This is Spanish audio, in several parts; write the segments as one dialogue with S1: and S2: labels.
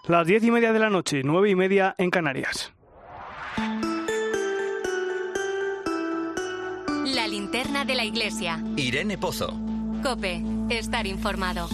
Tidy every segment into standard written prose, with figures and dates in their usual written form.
S1: Las 10:30 de la noche, 9:30 en Canarias.
S2: La linterna de la iglesia.
S3: Irene Pozo.
S2: COPE. Estar informado.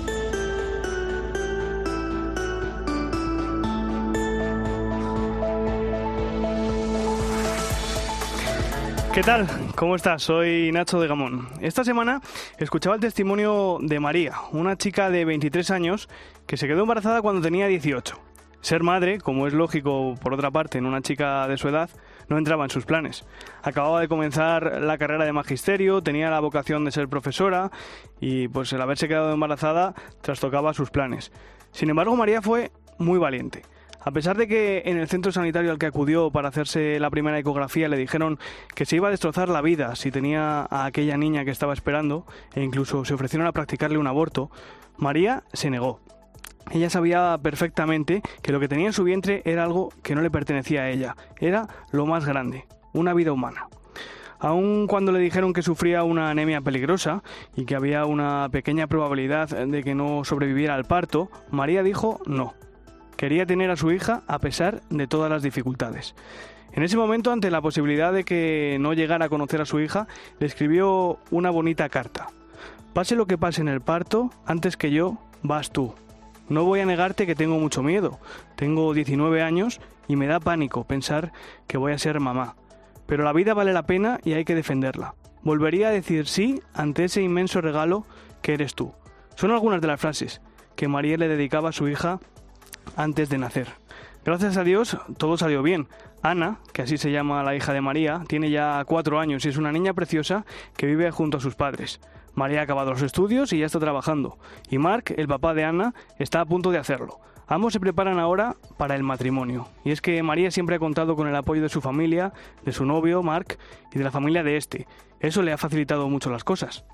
S1: ¿Qué tal? ¿Cómo estás? Soy Nacho de Gamón. Esta semana escuchaba el testimonio de María, una chica de 23 años que se quedó embarazada cuando tenía 18. Ser madre, como es lógico por otra parte en una chica de su edad, no entraba en sus planes. Acababa de comenzar la carrera de magisterio, tenía la vocación de ser profesora y pues el haberse quedado embarazada trastocaba sus planes. Sin embargo, María fue muy valiente. A pesar de que en el centro sanitario al que acudió para hacerse la primera ecografía le dijeron que se iba a destrozar la vida si tenía a aquella niña que estaba esperando e incluso se ofrecieron a practicarle un aborto, María se negó. Ella sabía perfectamente que lo que tenía en su vientre era algo que no le pertenecía a ella, era lo más grande, una vida humana. Aun cuando le dijeron que sufría una anemia peligrosa y que había una pequeña probabilidad de que no sobreviviera al parto, María dijo no. Quería tener a su hija a pesar de todas las dificultades. En ese momento, ante la posibilidad de que no llegara a conocer a su hija, le escribió una bonita carta. Pase lo que pase en el parto, antes que yo, vas tú. No voy a negarte que tengo mucho miedo. Tengo 19 años y me da pánico pensar que voy a ser mamá. Pero la vida vale la pena y hay que defenderla. Volvería a decir sí ante ese inmenso regalo que eres tú. Son algunas de las frases que María le dedicaba a su hija antes de nacer. Gracias a Dios todo salió bien. Ana, que así se llama la hija de María, tiene ya 4 años y es una niña preciosa que vive junto a sus padres. María ha acabado los estudios y ya está trabajando. Y Marc, el papá de Ana, está a punto de hacerlo. Ambos se preparan ahora para el matrimonio. Y es que María siempre ha contado con el apoyo de su familia, de su novio, Marc, y de la familia de este. Eso le ha facilitado mucho las cosas.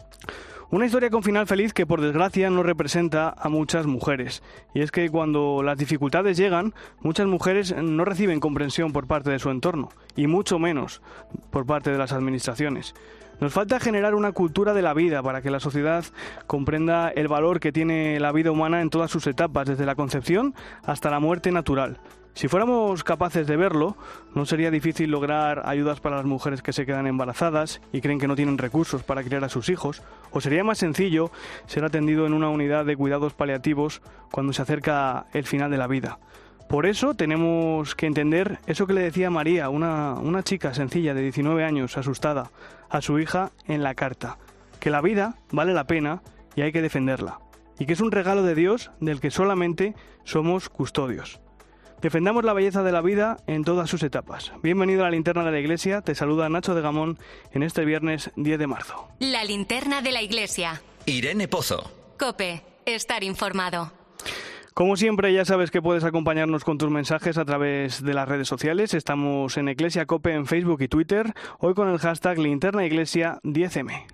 S1: Una historia con final feliz que por desgracia no representa a muchas mujeres. Y es que cuando las dificultades llegan, muchas mujeres no reciben comprensión por parte de su entorno, y mucho menos por parte de las administraciones. Nos falta generar una cultura de la vida para que la sociedad comprenda el valor que tiene la vida humana en todas sus etapas, desde la concepción hasta la muerte natural. Si fuéramos capaces de verlo, no sería difícil lograr ayudas para las mujeres que se quedan embarazadas y creen que no tienen recursos para criar a sus hijos, o sería más sencillo ser atendido en una unidad de cuidados paliativos cuando se acerca el final de la vida. Por eso tenemos que entender eso que le decía María, una chica sencilla de 19 años, asustada, a su hija en la carta, que la vida vale la pena y hay que defenderla, y que es un regalo de Dios del que solamente somos custodios. Defendamos la belleza de la vida en todas sus etapas. Bienvenido a la linterna de la iglesia, te saluda Nacho de Gamón en este viernes 10 de marzo.
S2: La linterna de la iglesia.
S3: Irene Pozo.
S2: COPE. Estar informado.
S1: Como siempre, ya sabes que puedes acompañarnos con tus mensajes a través de las redes sociales. Estamos en Iglesia COPE en Facebook y Twitter, hoy con el hashtag linternaiglesia10m.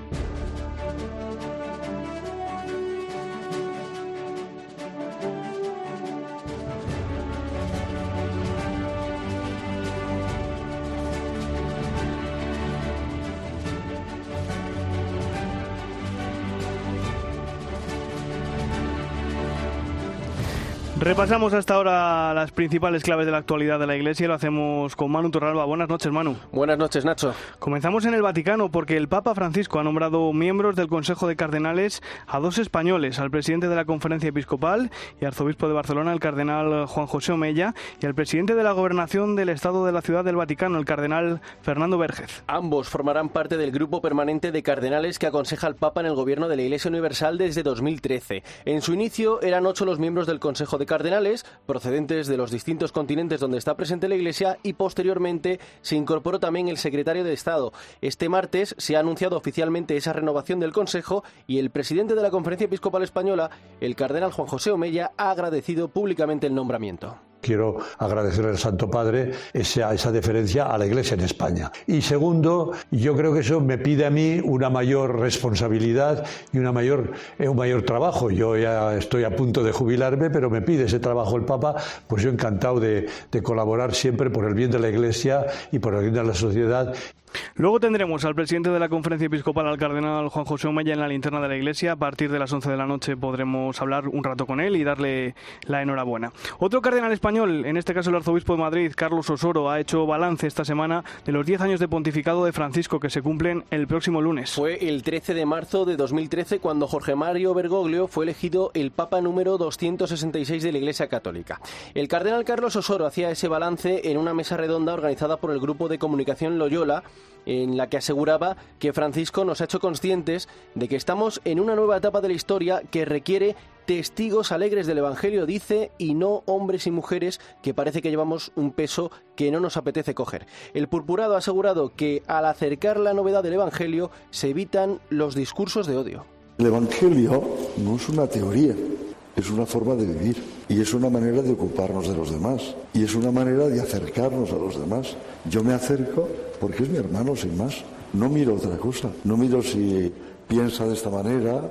S1: Repasamos hasta ahora las principales claves de la actualidad de la Iglesia y lo hacemos con Manu Torralba. Buenas noches, Manu.
S4: Buenas noches, Nacho.
S1: Comenzamos en el Vaticano porque el Papa Francisco ha nombrado miembros del Consejo de Cardenales a 2 españoles, al presidente de la Conferencia Episcopal y arzobispo de Barcelona, el cardenal Juan José Omella, y al presidente de la Gobernación del Estado de la Ciudad del Vaticano, el cardenal Fernando Vergez.
S4: Ambos formarán parte del grupo permanente de cardenales que aconseja al Papa en el gobierno de la Iglesia Universal desde 2013. En su inicio eran 8 los miembros del Consejo de Cardenales, procedentes de los distintos continentes donde está presente la Iglesia, y posteriormente se incorporó también el secretario de Estado. Este martes se ha anunciado oficialmente esa renovación del Consejo y el presidente de la Conferencia Episcopal Española, el cardenal Juan José Omella, ha agradecido públicamente el nombramiento.
S5: Quiero agradecer al Santo Padre esa deferencia a la Iglesia en España. Y segundo, yo creo que eso me pide a mí una mayor responsabilidad y un mayor trabajo. Yo ya estoy a punto de jubilarme, pero me pide ese trabajo el Papa, pues yo encantado de colaborar siempre por el bien de la Iglesia y por el bien de la sociedad.
S1: Luego tendremos al presidente de la Conferencia Episcopal, al cardenal Juan José Omeya, en la linterna de la Iglesia. A partir de las 11 de la noche podremos hablar un rato con él y darle la enhorabuena. Otro cardenal español, en este caso el arzobispo de Madrid, Carlos Osoro, ha hecho balance esta semana de los 10 años de pontificado de Francisco, que se cumplen el próximo lunes.
S4: Fue el 13 de marzo de 2013 cuando Jorge Mario Bergoglio fue elegido el Papa número 266 de la Iglesia Católica. El cardenal Carlos Osoro hacía ese balance en una mesa redonda organizada por el Grupo de Comunicación Loyola, en la que aseguraba que Francisco nos ha hecho conscientes de que estamos en una nueva etapa de la historia que requiere testigos alegres del Evangelio, dice, y no hombres y mujeres que parece que llevamos un peso que no nos apetece coger. El purpurado ha asegurado que al acercar la novedad del Evangelio se evitan los discursos de odio.
S6: El Evangelio no es una teoría, es una forma de vivir y es una manera de ocuparnos de los demás y es una manera de acercarnos a los demás. Yo me acerco porque es mi hermano, sin más. No miro otra cosa, no miro si piensa de esta manera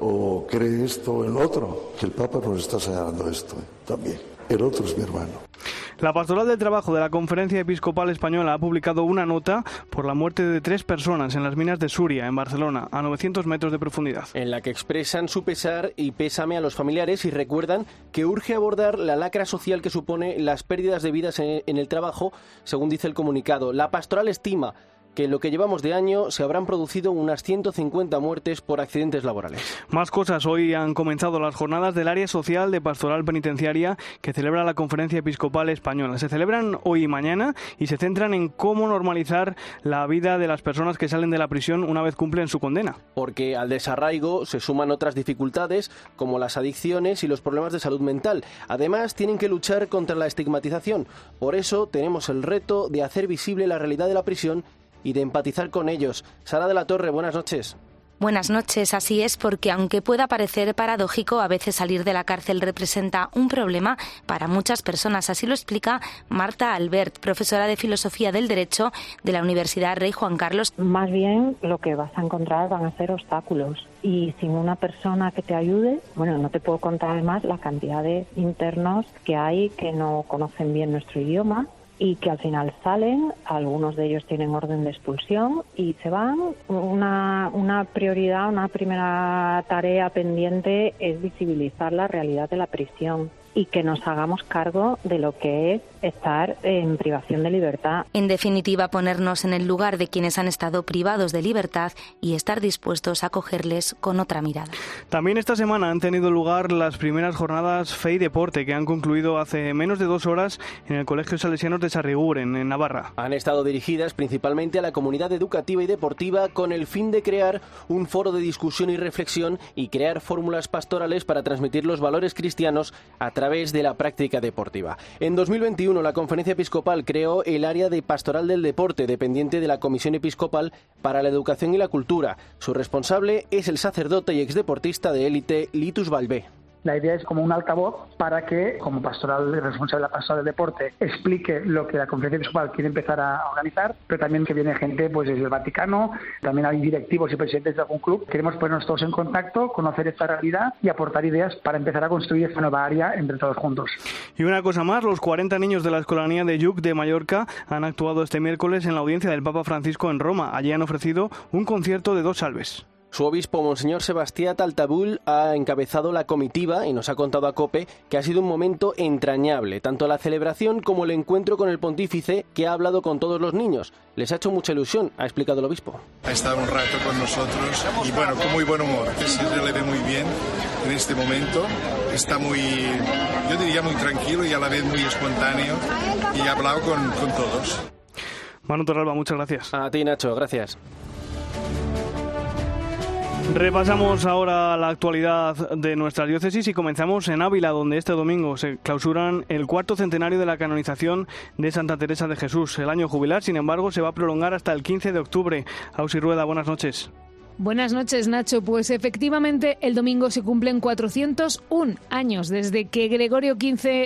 S6: o cree esto o el otro. El Papa nos está señalando esto también. El otro es mi hermano.
S1: La Pastoral del Trabajo de la Conferencia Episcopal Española ha publicado una nota por la muerte de 3 personas en las minas de Suria, en Barcelona, a 900 metros de profundidad.
S4: En la que expresan su pesar y pésame a los familiares y recuerdan que urge abordar la lacra social que supone las pérdidas de vidas en el trabajo, según dice el comunicado. La Pastoral estima que en lo que llevamos de año se habrán producido unas 150 muertes por accidentes laborales.
S1: Más cosas. Hoy han comenzado las jornadas del área social de pastoral penitenciaria que celebra la Conferencia Episcopal Española. Se celebran hoy y mañana y se centran en cómo normalizar la vida de las personas que salen de la prisión una vez cumplen su condena.
S4: Porque al desarraigo se suman otras dificultades como las adicciones y los problemas de salud mental. Además, tienen que luchar contra la estigmatización. Por eso tenemos el reto de hacer visible la realidad de la prisión y de empatizar con ellos. Sara de la Torre, buenas noches.
S7: Buenas noches, así es, porque aunque pueda parecer paradójico, a veces salir de la cárcel representa un problema para muchas personas. Así lo explica Marta Albert, profesora de Filosofía del Derecho de la Universidad Rey Juan Carlos.
S8: Más bien lo que vas a encontrar van a ser obstáculos y sin una persona que te ayude, bueno, no te puedo contar además la cantidad de internos que hay que no conocen bien nuestro idioma y que al final salen, algunos de ellos tienen orden de expulsión y se van. Una prioridad, una primera tarea pendiente es visibilizar la realidad de la prisión y que nos hagamos cargo de lo que es estar en privación de libertad.
S7: En definitiva, ponernos en el lugar de quienes han estado privados de libertad y estar dispuestos a acogerles con otra mirada.
S1: También esta semana han tenido lugar las primeras jornadas Fe y Deporte, que han concluido hace menos de 2 horas en el Colegio Salesianos de Sarriguren, en Navarra.
S4: Han estado dirigidas principalmente a la comunidad educativa y deportiva con el fin de crear un foro de discusión y reflexión y crear fórmulas pastorales para transmitir los valores cristianos a través de la práctica deportiva. En 2021 la Conferencia Episcopal creó el área de Pastoral del Deporte, dependiente de la Comisión Episcopal para la Educación y la Cultura. Su responsable es el sacerdote y exdeportista de élite Litus Valvé.
S9: La idea es como un altavoz para que, como pastoral responsable de la pastoral del deporte, explique lo que la Conferencia Episcopal quiere empezar a organizar, pero también que viene gente pues desde el Vaticano, también hay directivos y presidentes de algún club. Queremos ponernos todos en contacto, conocer esta realidad y aportar ideas para empezar a construir esta nueva área entre todos juntos.
S1: Y una cosa más, los 40 niños de la Escolanía de Lluc de Mallorca han actuado este miércoles en la audiencia del Papa Francisco en Roma. Allí han ofrecido un concierto de 2 salves.
S4: Su obispo, Monseñor Sebastián Taltabul, ha encabezado la comitiva y nos ha contado a COPE que ha sido un momento entrañable, tanto la celebración como el encuentro con el pontífice, que ha hablado con todos los niños. Les ha hecho mucha ilusión, ha explicado el obispo.
S10: Ha estado un rato con nosotros y bueno, con muy buen humor, que se le ve muy bien en este momento. Está muy, yo diría muy tranquilo y a la vez muy espontáneo y ha hablado con todos.
S1: Manu Torralba, muchas gracias.
S4: A ti, Nacho, gracias.
S1: Repasamos ahora la actualidad de nuestra diócesis y comenzamos en Ávila, donde este domingo se clausuran el 4º centenario de la canonización de Santa Teresa de Jesús. El año jubilar, sin embargo, se va a prolongar hasta el 15 de octubre. Ausi Rueda, buenas noches.
S11: Buenas noches, Nacho. Pues efectivamente el domingo se cumplen 401 años desde que Gregorio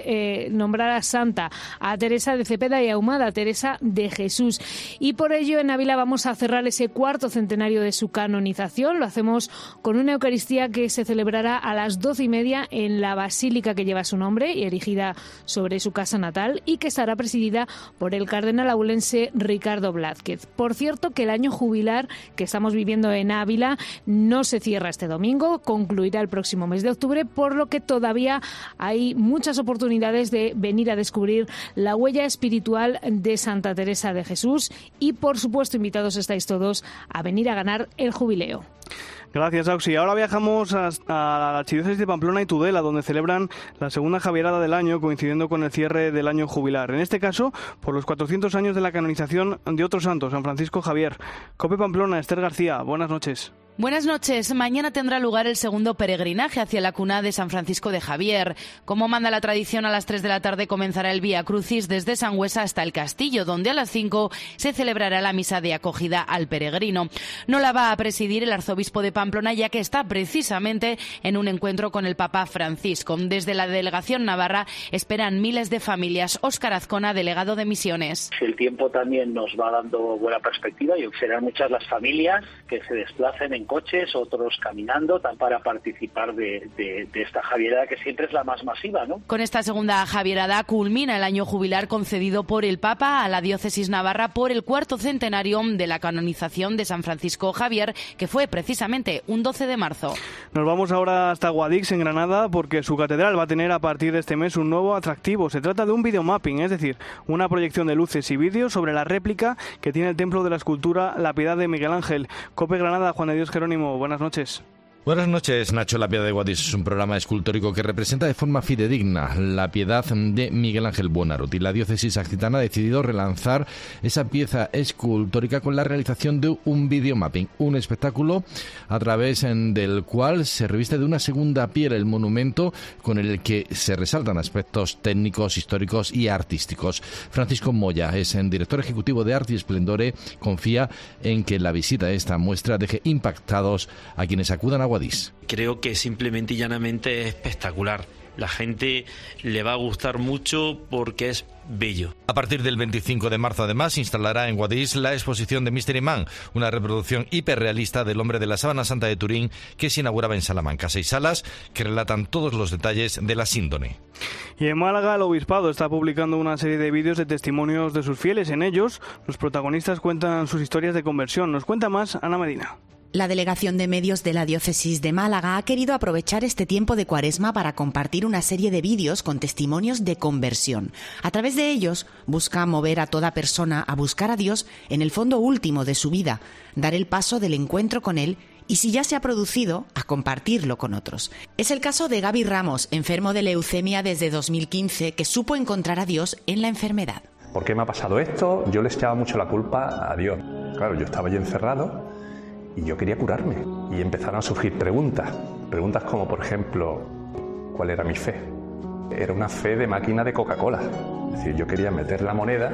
S11: XV nombrara santa a Teresa de Cepeda y Ahumada, Teresa de Jesús. Y por ello en Ávila vamos a cerrar ese cuarto centenario de su canonización. Lo hacemos con una Eucaristía que se celebrará a las 12:30 en la basílica que lleva su nombre y erigida sobre su casa natal y que estará presidida por el cardenal aulense Ricardo Blázquez. Por cierto, que el año jubilar que estamos viviendo en Ávila no se cierra este domingo, concluirá el próximo mes de octubre, por lo que todavía hay muchas oportunidades de venir a descubrir la huella espiritual de Santa Teresa de Jesús y, por supuesto, invitados estáis todos a venir a ganar el jubileo.
S1: Gracias, Auxi. Ahora viajamos a la archidiócesis de Pamplona y Tudela, donde celebran la segunda javierada del año, coincidiendo con el cierre del año jubilar. En este caso, por los 400 años de la canonización de otro santo, San Francisco Javier. COPE Pamplona, Esther García, buenas noches.
S12: Buenas noches. Mañana tendrá lugar el segundo peregrinaje hacia la cuna de San Francisco de Javier. Como manda la tradición, a las 3 de la tarde comenzará el Vía Crucis desde Sangüesa hasta el Castillo, donde a las 5 se celebrará la misa de acogida al peregrino. No la va a presidir el arzobispo de Pamplona, ya que está precisamente en un encuentro con el Papa Francisco. Desde la delegación navarra esperan miles de familias. Óscar Azcona, delegado de Misiones.
S13: El tiempo también nos va dando buena perspectiva y serán muchas las familias que se desplacen en coches, otros caminando, para participar de esta javierada, que siempre es la más masiva, ¿no?
S12: Con esta segunda javierada culmina el año jubilar concedido por el Papa a la diócesis navarra por el cuarto centenario de la canonización de San Francisco Javier, que fue precisamente un 12 de marzo.
S1: Nos vamos ahora hasta Guadix, en Granada, porque su catedral va a tener a partir de este mes un nuevo atractivo. Se trata de un videomapping, es decir, una proyección de luces y vídeos sobre la réplica que tiene el templo de la escultura La Piedad de Miguel Ángel. COPE Granada, Juan de Dios Jerónimo, buenas noches.
S14: Buenas noches, Nacho. La Piedad de Guadix es un programa escultórico que representa de forma fidedigna la piedad de Miguel Ángel Buonarroti. La diócesis accitana ha decidido relanzar esa pieza escultórica con la realización de un videomapping, un espectáculo a través del cual se reviste de una segunda piel el monumento, con el que se resaltan aspectos técnicos, históricos y artísticos. Francisco Moya es el director ejecutivo de Arte y Esplendore. Confía en que la visita a esta muestra deje impactados a quienes acudan a Guadix.
S15: Creo que simplemente y llanamente es espectacular. La gente le va a gustar mucho porque es bello.
S14: A partir del 25 de marzo, además, se instalará en Guadix la exposición de Mystery Man, una reproducción hiperrealista del hombre de la Sábana Santa de Turín que se inauguraba en Salamanca. 6 salas que relatan todos los detalles de la síndone.
S1: Y en Málaga, el obispado está publicando una serie de vídeos de testimonios de sus fieles. En ellos, los protagonistas cuentan sus historias de conversión. Nos cuenta más Ana Medina.
S16: La Delegación de Medios de la Diócesis de Málaga ha querido aprovechar este tiempo de Cuaresma para compartir una serie de vídeos con testimonios de conversión. A través de ellos busca mover a toda persona a buscar a Dios en el fondo último de su vida, dar el paso del encuentro con Él y, si ya se ha producido, a compartirlo con otros. Es el caso de Gaby Ramos, enfermo de leucemia desde 2015, que supo encontrar a Dios en la enfermedad.
S17: ¿Por qué me ha pasado esto? Yo le echaba mucho la culpa a Dios. Claro, yo estaba allí encerrado y yo quería curarme. Y empezaron a surgir preguntas como, por ejemplo, ¿cuál era mi fe? Era una fe de máquina de Coca-Cola. Es decir, yo quería meter la moneda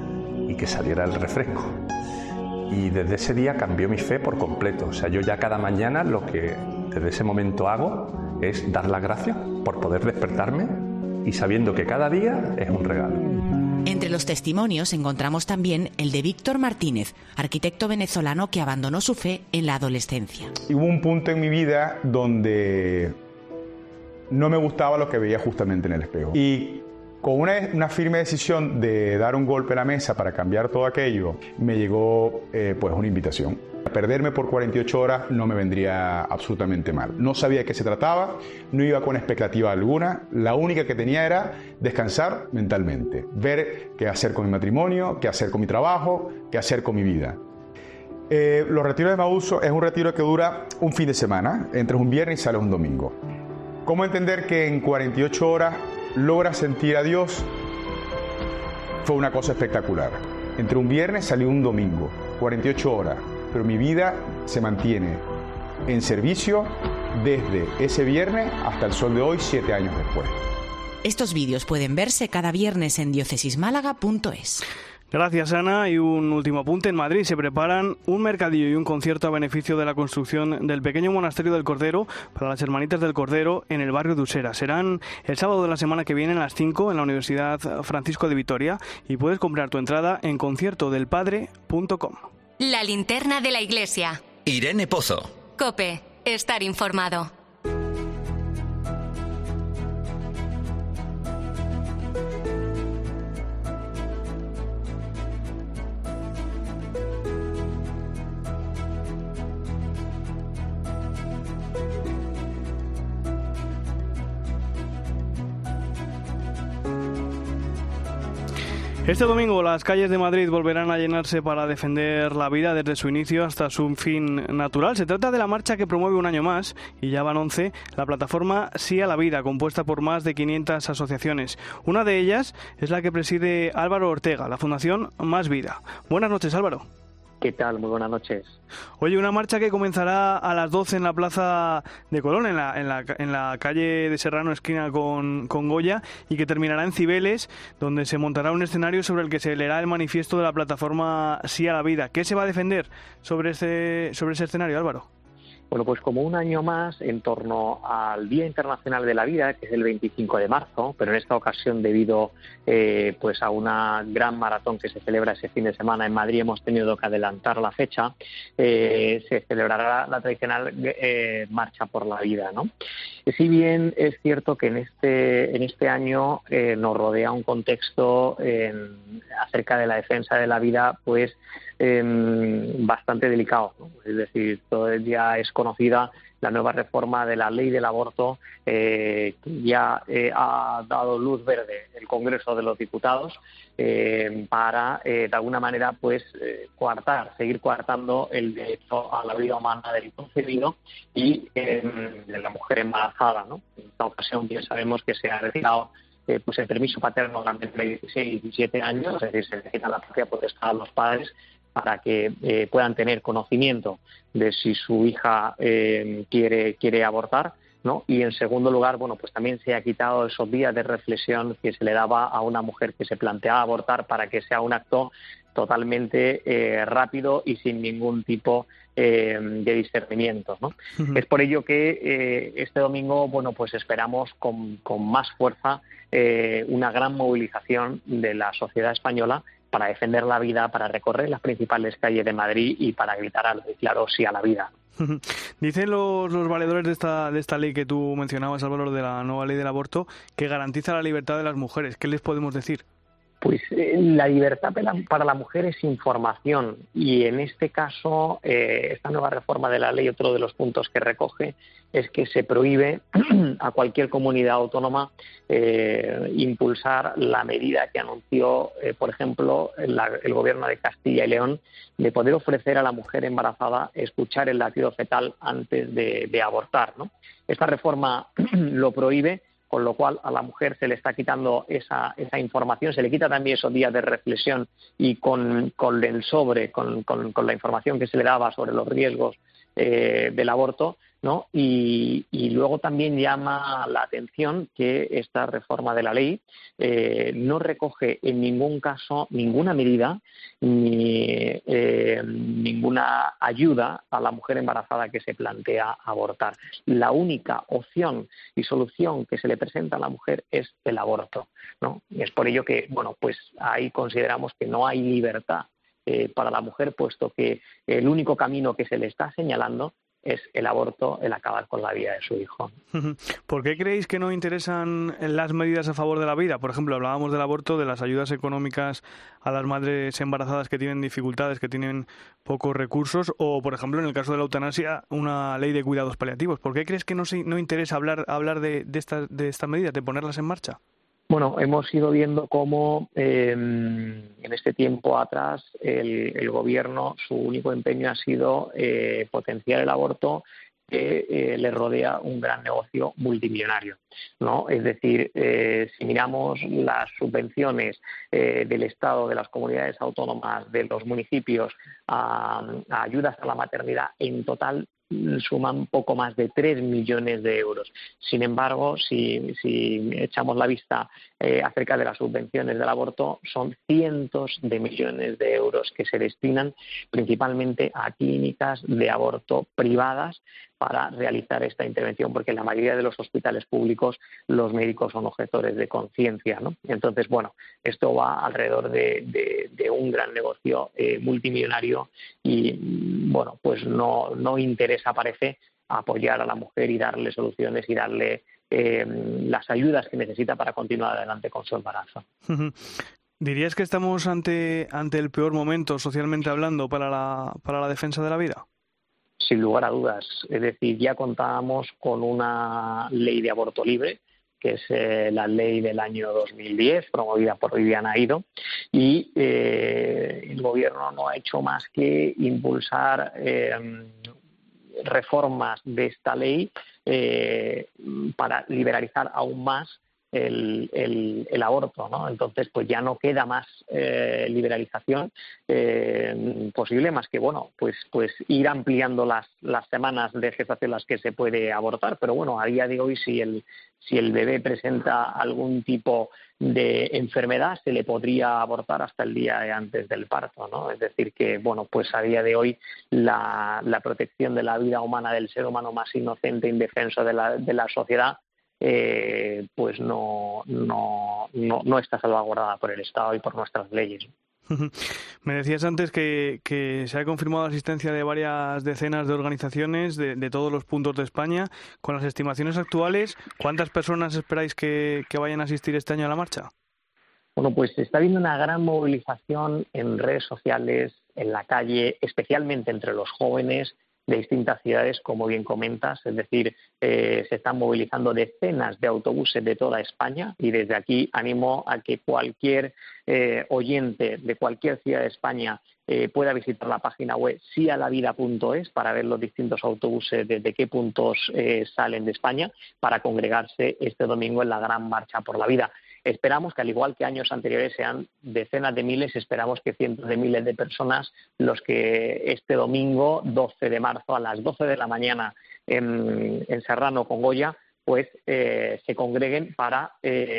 S17: y que saliera el refresco. Y desde ese día cambió mi fe por completo. O sea, yo ya cada mañana lo que desde ese momento hago es dar las gracias por poder despertarme y sabiendo que cada día es un regalo.
S16: Entre los testimonios encontramos también el de Víctor Martínez, arquitecto venezolano que abandonó su fe en la adolescencia.
S18: Hubo un punto en mi vida donde no me gustaba lo que veía justamente en el espejo. Y con una firme decisión de dar un golpe a la mesa para cambiar todo aquello, me llegó pues una invitación. Perderme por 48 horas no me vendría absolutamente mal. No sabía de qué se trataba, no iba con expectativa alguna. La única que tenía era descansar mentalmente, ver qué hacer con mi matrimonio, qué hacer con mi trabajo, qué hacer con mi vida. Los retiros de Emaús es un retiro que dura un fin de semana, entras un viernes y sales un domingo. ¿Cómo entender que en 48 horas logras sentir a Dios? Fue una cosa espectacular. Entre un viernes salí un domingo, 48 horas. Pero mi vida se mantiene en servicio desde ese viernes hasta el sol de hoy, 7 años después.
S16: Estos vídeos pueden verse cada viernes en diocesismálaga.es.
S1: Gracias, Ana. Y un último apunte. En Madrid se preparan un mercadillo y un concierto a beneficio de la construcción del pequeño monasterio del Cordero para las Hermanitas del Cordero en el barrio de Usera. Serán el sábado de la semana que viene a las 5 en la Universidad Francisco de Vitoria y puedes comprar tu entrada en conciertodelpadre.com.
S2: La linterna de la iglesia.
S3: Irene Pozo.
S2: COPE. Estar informado.
S1: Este domingo las calles de Madrid volverán a llenarse para defender la vida desde su inicio hasta su fin natural. Se trata de la marcha que promueve un año más, y ya van 11, la plataforma Sí a la Vida, compuesta por más de 500 asociaciones. Una de ellas es la que preside Álvaro Ortega, la Fundación Más Vida. Buenas noches, Álvaro.
S19: ¿Qué tal? Muy buenas noches.
S1: Oye, una marcha que comenzará a las 12 en la Plaza de Colón, en la calle de Serrano, esquina con Goya, y que terminará en Cibeles, donde se montará un escenario sobre el que se leerá el manifiesto de la plataforma Sí a la Vida. ¿Qué se va a defender sobre ese escenario, Álvaro?
S19: Bueno, pues como un año más en torno al Día Internacional de la Vida, que es el 25 de marzo, pero en esta ocasión debido pues a una gran maratón que se celebra ese fin de semana en Madrid, hemos tenido que adelantar la fecha, se celebrará la tradicional Marcha por la Vida, ¿no? Si bien es cierto que en este año nos rodea un contexto acerca de la defensa de la vida, pues bastante delicado, ¿no? Es decir, todo ya es conocida la nueva reforma de la ley del aborto, ya ha dado luz verde el Congreso de los Diputados para, de alguna manera, pues seguir coartando el derecho a la vida humana del concebido y de la mujer embarazada, ¿no? En esta ocasión ya sabemos que se ha retirado pues el permiso paterno durante 16 y 17 años, es decir, se necesita la propia potestad a los padres para que puedan tener conocimiento de si su hija quiere abortar, ¿no? Y en segundo lugar, bueno, pues también se ha quitado esos días de reflexión que se le daba a una mujer que se planteaba abortar para que sea un acto totalmente rápido y sin ningún tipo de discernimiento, ¿no? Uh-huh. Es por ello que este domingo, bueno, pues esperamos con más fuerza una gran movilización de la sociedad española para defender la vida, para recorrer las principales calles de Madrid y para gritar claro sí a la vida.
S1: Dicen los valedores de esta ley que tú mencionabas, Álvaro, de la nueva ley del aborto, que garantiza la libertad de las mujeres. ¿Qué les podemos decir?
S19: Pues la libertad para la mujer es información, y en este caso esta nueva reforma de la ley, otro de los puntos que recoge es que se prohíbe a cualquier comunidad autónoma impulsar la medida que anunció, por ejemplo, el gobierno de Castilla y León, de poder ofrecer a la mujer embarazada escuchar el latido fetal antes de abortar, ¿no? Esta reforma lo prohíbe, con lo cual a la mujer se le está quitando esa información, se le quita también esos días de reflexión y con la información que se le daba sobre los riesgos del aborto, ¿no? Y luego también llama la atención que esta reforma de la ley no recoge en ningún caso ninguna medida ni ninguna ayuda a la mujer embarazada que se plantea abortar. La única opción y solución que se le presenta a la mujer es el aborto, ¿no? Y es por ello que, bueno, pues ahí consideramos que no hay libertad para la mujer, puesto que el único camino que se le está señalando es el aborto, el acabar con la vida de su hijo.
S1: ¿Por qué creéis que no interesan las medidas a favor de la vida? Por ejemplo, hablábamos del aborto, de las ayudas económicas a las madres embarazadas que tienen dificultades, que tienen pocos recursos, o, por ejemplo, en el caso de la eutanasia, una ley de cuidados paliativos. ¿Por qué crees que no interesa hablar de estas medidas, de ponerlas en marcha?
S19: Bueno, hemos ido viendo cómo en este tiempo atrás el gobierno, su único empeño ha sido potenciar el aborto, que le rodea un gran negocio multimillonario, ¿no? Es decir, si miramos las subvenciones del Estado, de las comunidades autónomas, de los municipios a ayudas a la maternidad, en total suman poco más de 3 millones de euros. Sin embargo, si echamos la vista acerca de las subvenciones del aborto, son cientos de millones de euros que se destinan principalmente a clínicas de aborto privadas para realizar esta intervención, porque en la mayoría de los hospitales públicos los médicos son objetores de conciencia, ¿no? Entonces, bueno, esto va alrededor de un gran negocio multimillonario y, bueno, pues no interesa, parece, apoyar a la mujer y darle soluciones y darle las ayudas que necesita para continuar adelante con su embarazo.
S1: ¿Dirías que estamos ante el peor momento, socialmente hablando, para la defensa de la vida?
S19: Sin lugar a dudas. Es decir, ya contábamos con una ley de aborto libre, que es la ley del año 2010, promovida por Viviana Aido, y el Gobierno no ha hecho más que impulsar reformas de esta ley para liberalizar aún más el aborto, ¿no? Entonces, pues ya no queda más liberalización posible más que, bueno, pues ir ampliando las semanas de gestación en las que se puede abortar. Pero bueno, a día de hoy, si el bebé presenta algún tipo de enfermedad, se le podría abortar hasta el día antes del parto, ¿no? Es decir que, bueno, pues a día de hoy la protección de la vida humana del ser humano más inocente e indefenso de la sociedad pues no está salvaguardada por el Estado y por nuestras leyes.
S1: Me decías antes que se ha confirmado la asistencia de varias decenas de organizaciones de todos los puntos de España. Con las estimaciones actuales, ¿cuántas personas esperáis que vayan a asistir este año a la marcha?
S19: Bueno, pues está habiendo una gran movilización en redes sociales, en la calle, especialmente entre los jóvenes de distintas ciudades, como bien comentas, es decir, se están movilizando decenas de autobuses de toda España y desde aquí animo a que cualquier oyente de cualquier ciudad de España pueda visitar la página web sialavida.es para ver los distintos autobuses desde qué puntos salen de España para congregarse este domingo en la gran marcha por la vida. Esperamos que, al igual que años anteriores, sean decenas de miles, esperamos que cientos de miles de personas los que este domingo, 12 de marzo, a las 12 de la mañana en Serrano con Goya, pues se congreguen para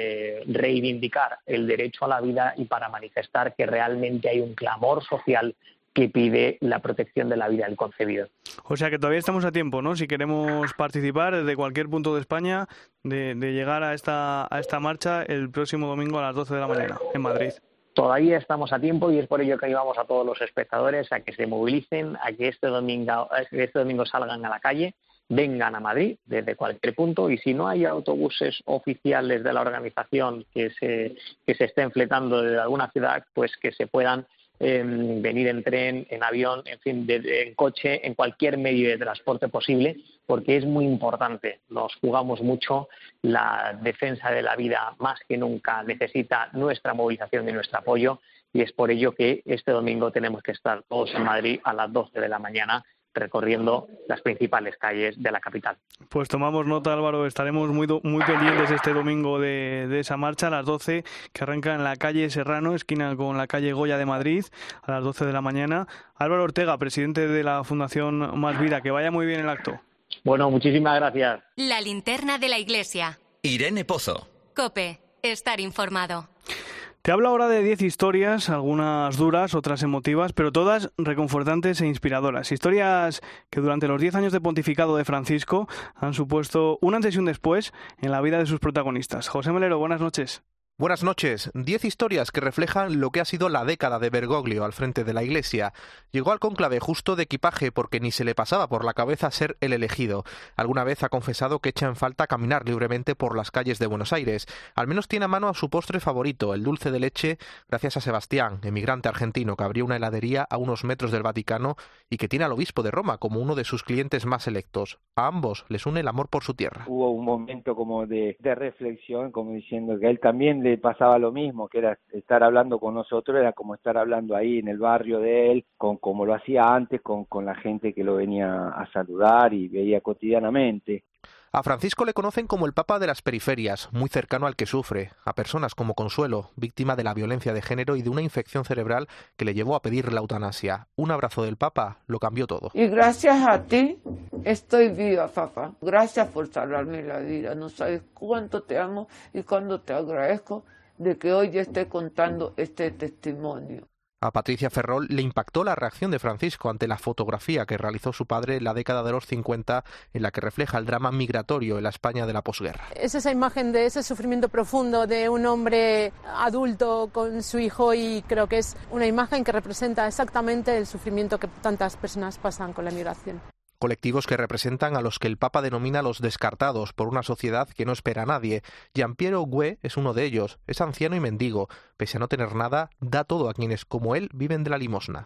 S19: reivindicar el derecho a la vida y para manifestar que realmente hay un clamor social que pide la protección de la vida del concebido.
S1: O sea que todavía estamos a tiempo, ¿no? Si queremos participar desde cualquier punto de España, de llegar a esta marcha el próximo domingo a las 12 de la mañana en Madrid.
S19: Todavía estamos a tiempo y es por ello que animamos a todos los espectadores a que se movilicen, a que este domingo salgan a la calle, vengan a Madrid desde cualquier punto y si no hay autobuses oficiales de la organización que se estén fletando desde alguna ciudad, pues que se puedan venir en tren, en avión, en fin, en coche, en cualquier medio de transporte posible, porque es muy importante. Nos jugamos mucho, la defensa de la vida más que nunca necesita nuestra movilización y nuestro apoyo y es por ello que este domingo tenemos que estar todos en Madrid a las 12 de la mañana recorriendo las principales calles de la capital.
S1: Pues tomamos nota, Álvaro, estaremos muy pendientes este domingo de esa marcha a las 12, que arranca en la calle Serrano, esquina con la calle Goya de Madrid, a las 12 de la mañana. Álvaro Ortega, presidente de la Fundación Más Vida, que vaya muy bien el acto.
S19: Bueno, muchísimas gracias.
S2: La linterna de la iglesia.
S3: Irene Pozo.
S2: COPE, estar informado.
S1: Te hablo ahora de 10 historias, algunas duras, otras emotivas, pero todas reconfortantes e inspiradoras. Historias que durante los 10 años de pontificado de Francisco han supuesto un antes y un después en la vida de sus protagonistas. José Melero, buenas noches.
S20: Buenas noches. 10 historias que reflejan lo que ha sido la década de Bergoglio al frente de la Iglesia. Llegó al cónclave justo de equipaje porque ni se le pasaba por la cabeza ser el elegido. Alguna vez ha confesado que echa en falta caminar libremente por las calles de Buenos Aires. Al menos tiene a mano a su postre favorito, el dulce de leche, gracias a Sebastián, emigrante argentino que abrió una heladería a unos metros del Vaticano y que tiene al obispo de Roma como uno de sus clientes más selectos. A ambos les une el amor por su tierra.
S21: Hubo un momento como de reflexión, como diciendo que él también le pasaba lo mismo, que era estar hablando con nosotros, era como estar hablando ahí en el barrio de él, como lo hacía antes, con la gente que lo venía a saludar y veía cotidianamente.
S20: A Francisco le conocen como el Papa de las periferias, muy cercano al que sufre, a personas como Consuelo, víctima de la violencia de género y de una infección cerebral que le llevó a pedir la eutanasia. Un abrazo del Papa lo cambió todo.
S5: Y gracias a ti estoy viva, papá. Gracias por salvarme la vida. No sabes cuánto te amo y cuánto te agradezco de que hoy yo esté contando este testimonio.
S20: A Patricia Ferrol le impactó la reacción de Francisco ante la fotografía que realizó su padre en la década de los 50, en la que refleja el drama migratorio en la España de la posguerra.
S22: Es esa imagen de ese sufrimiento profundo de un hombre adulto con su hijo, y creo que es una imagen que representa exactamente el sufrimiento que tantas personas pasan con la migración.
S20: Colectivos que representan a los que el Papa denomina los descartados por una sociedad que no espera a nadie. Jean-Pierre Houet es uno de ellos. Es anciano y mendigo. Pese a no tener nada, da todo a quienes, como él, viven de la limosna.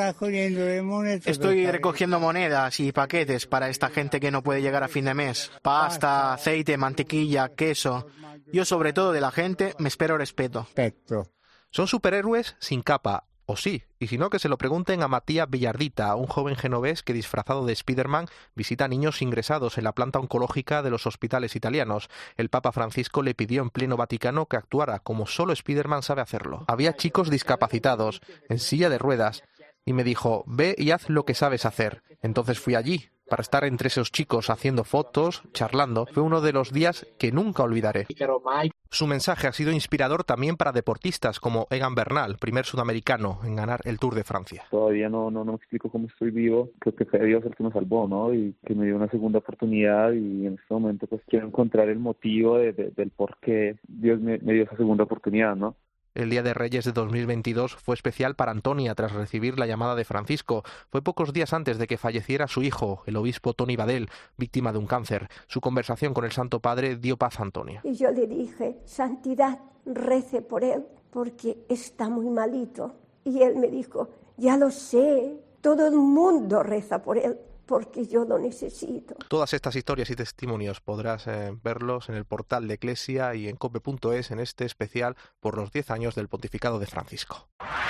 S23: Estoy recogiendo monedas y paquetes para esta gente que no puede llegar a fin de mes. Pasta, aceite, mantequilla, queso. Yo, sobre todo de la gente, me espero respeto.
S20: Son superhéroes sin capa. O sí, y si no, que se lo pregunten a Matías Villardita, un joven genovés que, disfrazado de Spiderman, visita a niños ingresados en la planta oncológica de los hospitales italianos. El Papa Francisco le pidió en pleno Vaticano que actuara como solo Spiderman sabe hacerlo. Había chicos discapacitados, en silla de ruedas, y me dijo, ve y haz lo que sabes hacer. Entonces fui allí, para estar entre esos chicos haciendo fotos, charlando. Fue uno de los días que nunca olvidaré. Su mensaje ha sido inspirador también para deportistas como Egan Bernal, primer sudamericano en ganar el Tour de Francia.
S24: Todavía no me explico cómo estoy vivo. Creo que fue Dios el que me salvó, ¿no? Y que me dio una segunda oportunidad, y en este momento pues quiero encontrar el motivo del por qué Dios me dio esa segunda oportunidad, ¿no?
S20: El Día de Reyes de 2022 fue especial para Antonia tras recibir la llamada de Francisco. Fue pocos días antes de que falleciera su hijo, el obispo Tony Badel, víctima de un cáncer. Su conversación con el Santo Padre dio paz a Antonia.
S25: Y yo le dije, Santidad, rece por él, porque está muy malito. Y él me dijo, ya lo sé, todo el mundo reza por él, porque yo lo necesito.
S20: Todas estas historias y testimonios podrás verlos en el portal de Eclesia y en cope.es en este especial por los 10 años del pontificado de Francisco.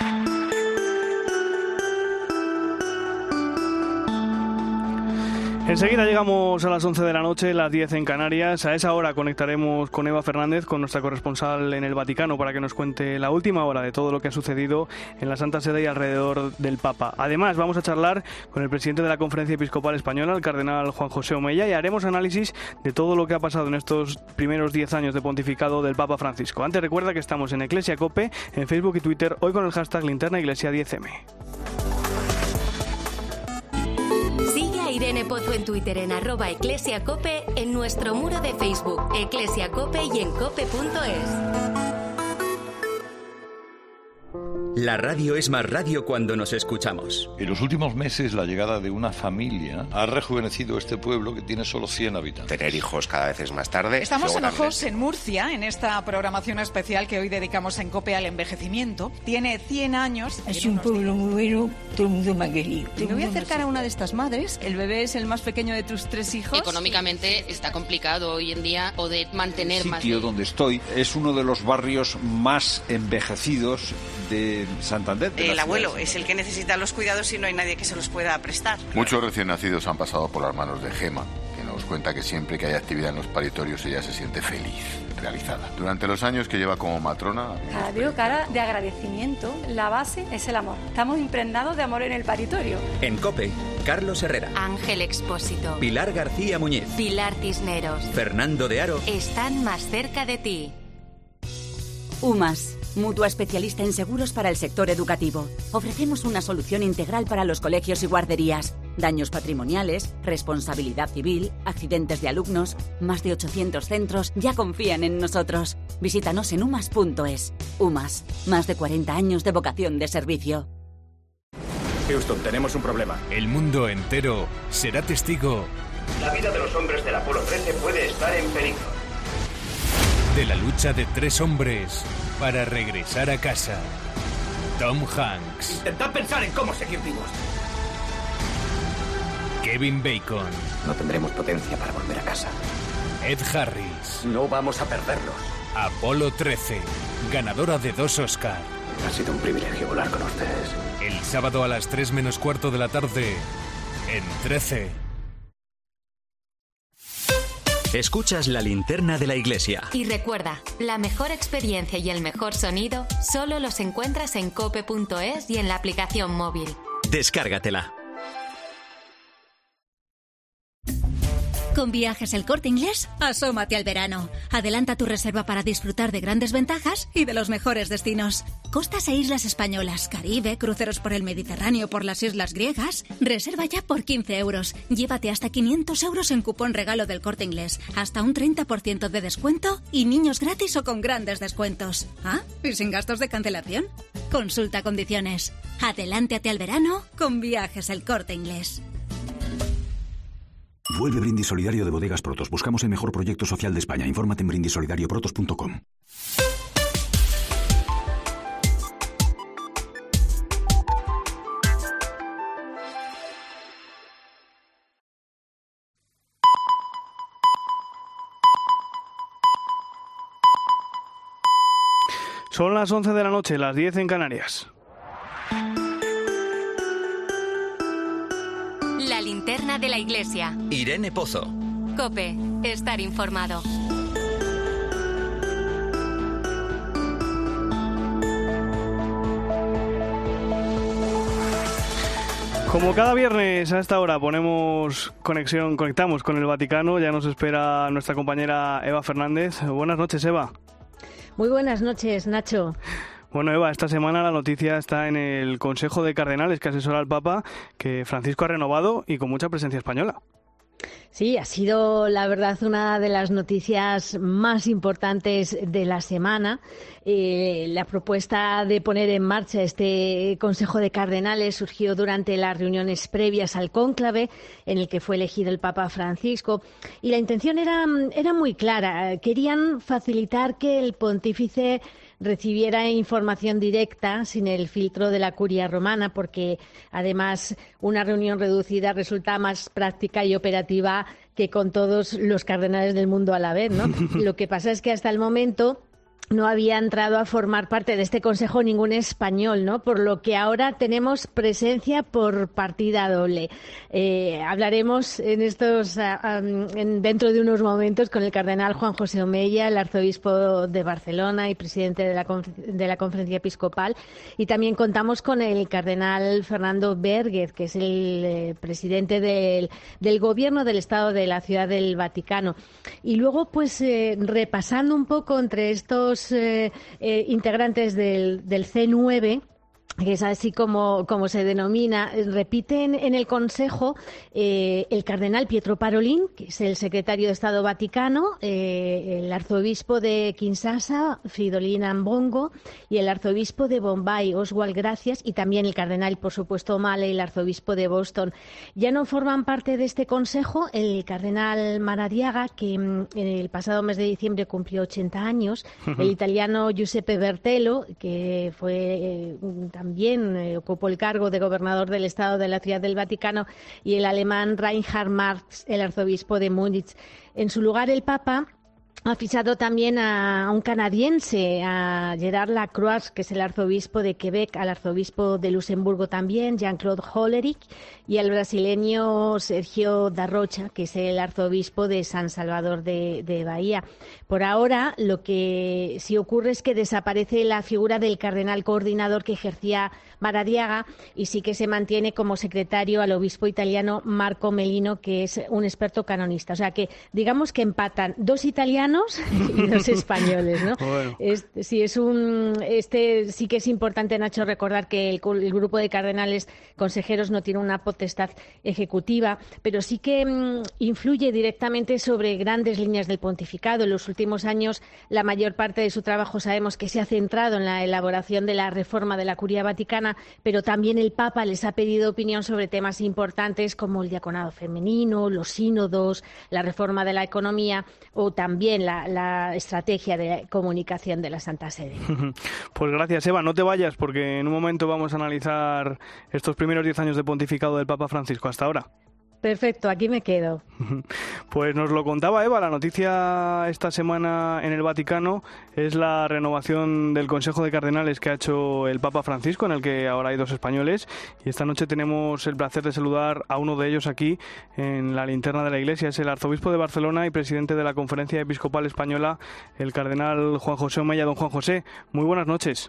S1: Enseguida llegamos a las 11 de la noche, las 10 en Canarias. A esa hora conectaremos con Eva Fernández, con nuestra corresponsal en el Vaticano, para que nos cuente la última hora de todo lo que ha sucedido en la Santa Sede y alrededor del Papa. Además, vamos a charlar con el presidente de la Conferencia Episcopal Española, el cardenal Juan José Omeya, y haremos análisis de todo lo que ha pasado en estos primeros 10 años de pontificado del Papa Francisco. Antes, recuerda que estamos en Eclesia Cope, en Facebook y Twitter, hoy con el hashtag Linterna Iglesia 10M.
S2: Irene Pozo en Twitter en @eclesiacope, en nuestro muro de Facebook eclesiacope y en cope.es.
S3: La radio es más radio cuando nos escuchamos.
S26: En los últimos meses, la llegada de una familia ha rejuvenecido este pueblo que tiene solo 100 habitantes.
S27: Tener hijos cada vez es más tarde.
S28: Estamos en Ojos, en Murcia, en esta programación especial que hoy dedicamos en COPE al envejecimiento. Tiene 100 años.
S29: Es un pueblo muy bueno, todo el mundo me ha querido.
S28: Me voy a acercar a una de estas madres. El bebé es el más pequeño de tus 3 hijos.
S30: Económicamente está complicado hoy en día poder mantener más.
S31: El sitio donde estoy es uno de los barrios más envejecidos de Santander.
S32: El abuelo es el que necesita los cuidados y no hay nadie que se los pueda prestar.
S33: Muchos recién nacidos han pasado por las manos de Gema, que nos cuenta que siempre que hay actividad en los paritorios ella se siente feliz, realizada. Durante los años que lleva como matrona...
S34: Veo cara de agradecimiento. La base es el amor. Estamos impregnados de amor en el paritorio.
S3: En COPE, Carlos Herrera,
S2: Ángel Expósito,
S3: Pilar García Muñiz,
S2: Pilar Cisneros,
S3: Fernando de Aro.
S2: Están más cerca de ti.
S35: UMAS, mutua especialista en seguros para el sector educativo. Ofrecemos una solución integral para los colegios y guarderías. Daños patrimoniales, responsabilidad civil, accidentes de alumnos. Más de 800 centros ya confían en nosotros. Visítanos en umas.es. UMAS, más de 40 años de vocación de servicio.
S36: Houston, tenemos un problema.
S37: El mundo entero será testigo.
S36: La vida de los hombres del Apolo 13 puede estar en peligro.
S37: De la lucha de 3 hombres para regresar a casa. Tom Hanks.
S36: Intentad pensar en cómo seguir vivos.
S37: Kevin Bacon.
S36: No tendremos potencia para volver a casa.
S37: Ed Harris.
S36: No vamos a perderlos.
S37: Apolo 13, ganadora de 2 Oscar.
S36: Ha sido un privilegio volar con ustedes.
S37: El sábado a las 3 menos cuarto de la tarde, en 13.
S3: Escuchas la linterna de la Iglesia.
S2: Y recuerda, la mejor experiencia y el mejor sonido solo los encuentras en cope.es y en la aplicación móvil.
S3: Descárgatela.
S4: Con Viajes El Corte Inglés, asómate al verano. Adelanta tu reserva para disfrutar de grandes ventajas y de los mejores destinos. Costas e islas españolas, Caribe, cruceros por el Mediterráneo, por las islas griegas. Reserva ya por 15 euros. Llévate hasta 500 euros en cupón regalo del Corte Inglés. Hasta un 30% de descuento y niños gratis o con grandes descuentos. ¿Ah? ¿Y sin gastos de cancelación? Consulta condiciones. Adelántate al verano con Viajes El Corte Inglés.
S6: Vuelve Brindis Solidario de Bodegas Protos. Buscamos el mejor proyecto social de España. Infórmate en brindissolidarioprotos.com.
S1: Son las 11 de la noche, las 10 en Canarias.
S2: La linterna de la Iglesia.
S3: Irene Pozo.
S2: COPE. Estar informado.
S1: Como cada viernes a esta hora conectamos con el Vaticano, ya nos espera nuestra compañera Eva Fernández. Buenas noches, Eva.
S7: Muy buenas noches, Nacho.
S1: Bueno, Eva, esta semana la noticia está en el Consejo de Cardenales que asesora al Papa, que Francisco ha renovado y con mucha presencia española.
S7: Sí, ha sido la verdad una de las noticias más importantes de la semana. La propuesta de poner en marcha este Consejo de Cardenales surgió durante las reuniones previas al cónclave en el que fue elegido el Papa Francisco y la intención era muy clara. Querían facilitar que el pontífice recibiera información directa sin el filtro de la curia romana, porque además una reunión reducida resulta más práctica y operativa que con todos los cardenales del mundo a la vez, ¿no? Lo que pasa es que hasta el momento no había entrado a formar parte de este consejo ningún español, ¿no? Por lo que ahora tenemos presencia por partida doble. Hablaremos dentro de unos momentos con el cardenal Juan José Omeya, el arzobispo de Barcelona y presidente de la Conferencia Episcopal, y también contamos con el cardenal Fernando Berguez, que es el presidente del gobierno del Estado de la Ciudad del Vaticano. Y luego, pues, repasando un poco entre estos integrantes del C9, que es así como se denomina, repiten en el Consejo el cardenal Pietro Parolin, que es el secretario de Estado Vaticano, el arzobispo de Kinshasa, Fridolin Ambongo, y el arzobispo de Bombay, Oswald Gracias, y también el cardenal, por supuesto, O'Malley, el arzobispo de Boston. Ya no forman parte de este Consejo el cardenal Maradiaga, que el pasado mes de diciembre cumplió 80 años, el italiano Giuseppe Bertelo, que fue también ocupó el cargo de gobernador del Estado de la Ciudad del Vaticano, y el alemán Reinhard Marx, el arzobispo de Múnich. En su lugar, el Papa ha fichado también a un canadiense, a Gerard Lacroix, que es el arzobispo de Quebec, al arzobispo de Luxemburgo también, Jean-Claude Hollerich, y al brasileño Sergio da Rocha, que es el arzobispo de San Salvador de Bahía. Por ahora, lo que sí ocurre es que desaparece la figura del cardenal coordinador que ejercía Maradiaga, y sí que se mantiene como secretario al obispo italiano Marco Melino, que es un experto canonista. O sea que digamos que empatan dos italianos y dos españoles, ¿no? Bueno. Sí que es importante, Nacho, recordar que el grupo de cardenales consejeros no tiene una potestad ejecutiva, pero sí que influye directamente sobre grandes líneas del pontificado. En los últimos años, la mayor parte de su trabajo sabemos que se ha centrado en la elaboración de la reforma de la Curia Vaticana, pero también el Papa les ha pedido opinión sobre temas importantes como el diaconado femenino, los sínodos, la reforma de la economía o también la estrategia de comunicación de la Santa Sede.
S1: Pues gracias, Eva. No te vayas, porque en un momento vamos a analizar estos primeros 10 años de pontificado del Papa Francisco hasta ahora.
S7: Perfecto, aquí me quedo.
S1: Pues nos lo contaba Eva, la noticia esta semana en el Vaticano es la renovación del Consejo de Cardenales que ha hecho el Papa Francisco, en el que ahora hay 2 españoles, y esta noche tenemos el placer de saludar a uno de ellos aquí en la linterna de la Iglesia. Es el arzobispo de Barcelona y presidente de la Conferencia Episcopal Española, el cardenal Juan José Omeya. Don Juan José, muy buenas noches.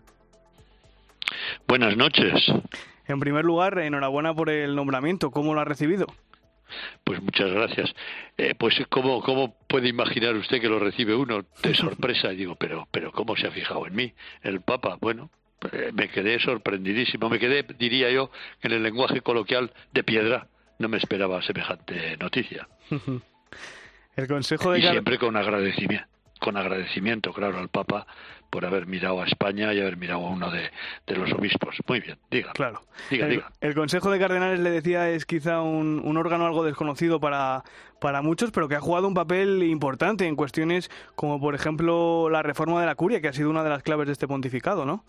S5: Buenas noches.
S1: En primer lugar, enhorabuena por el nombramiento. ¿Cómo lo ha recibido?
S5: Pues muchas gracias. Pues ¿cómo puede imaginar usted que lo recibe uno de sorpresa? Y digo, pero ¿cómo se ha fijado en mí el Papa? Bueno, me quedé sorprendidísimo. Me quedé, diría yo, en el lenguaje coloquial, de piedra. No me esperaba semejante noticia.
S1: El Consejo de
S5: siempre con agradecimiento, claro, al Papa por haber mirado a España y haber mirado a uno de los obispos. Muy bien, diga.
S1: Claro.
S5: Diga.
S1: El Consejo de Cardenales, le decía, es quizá un órgano algo desconocido para muchos, pero que ha jugado un papel importante en cuestiones como, por ejemplo, la reforma de la curia, que ha sido una de las claves de este pontificado, ¿no?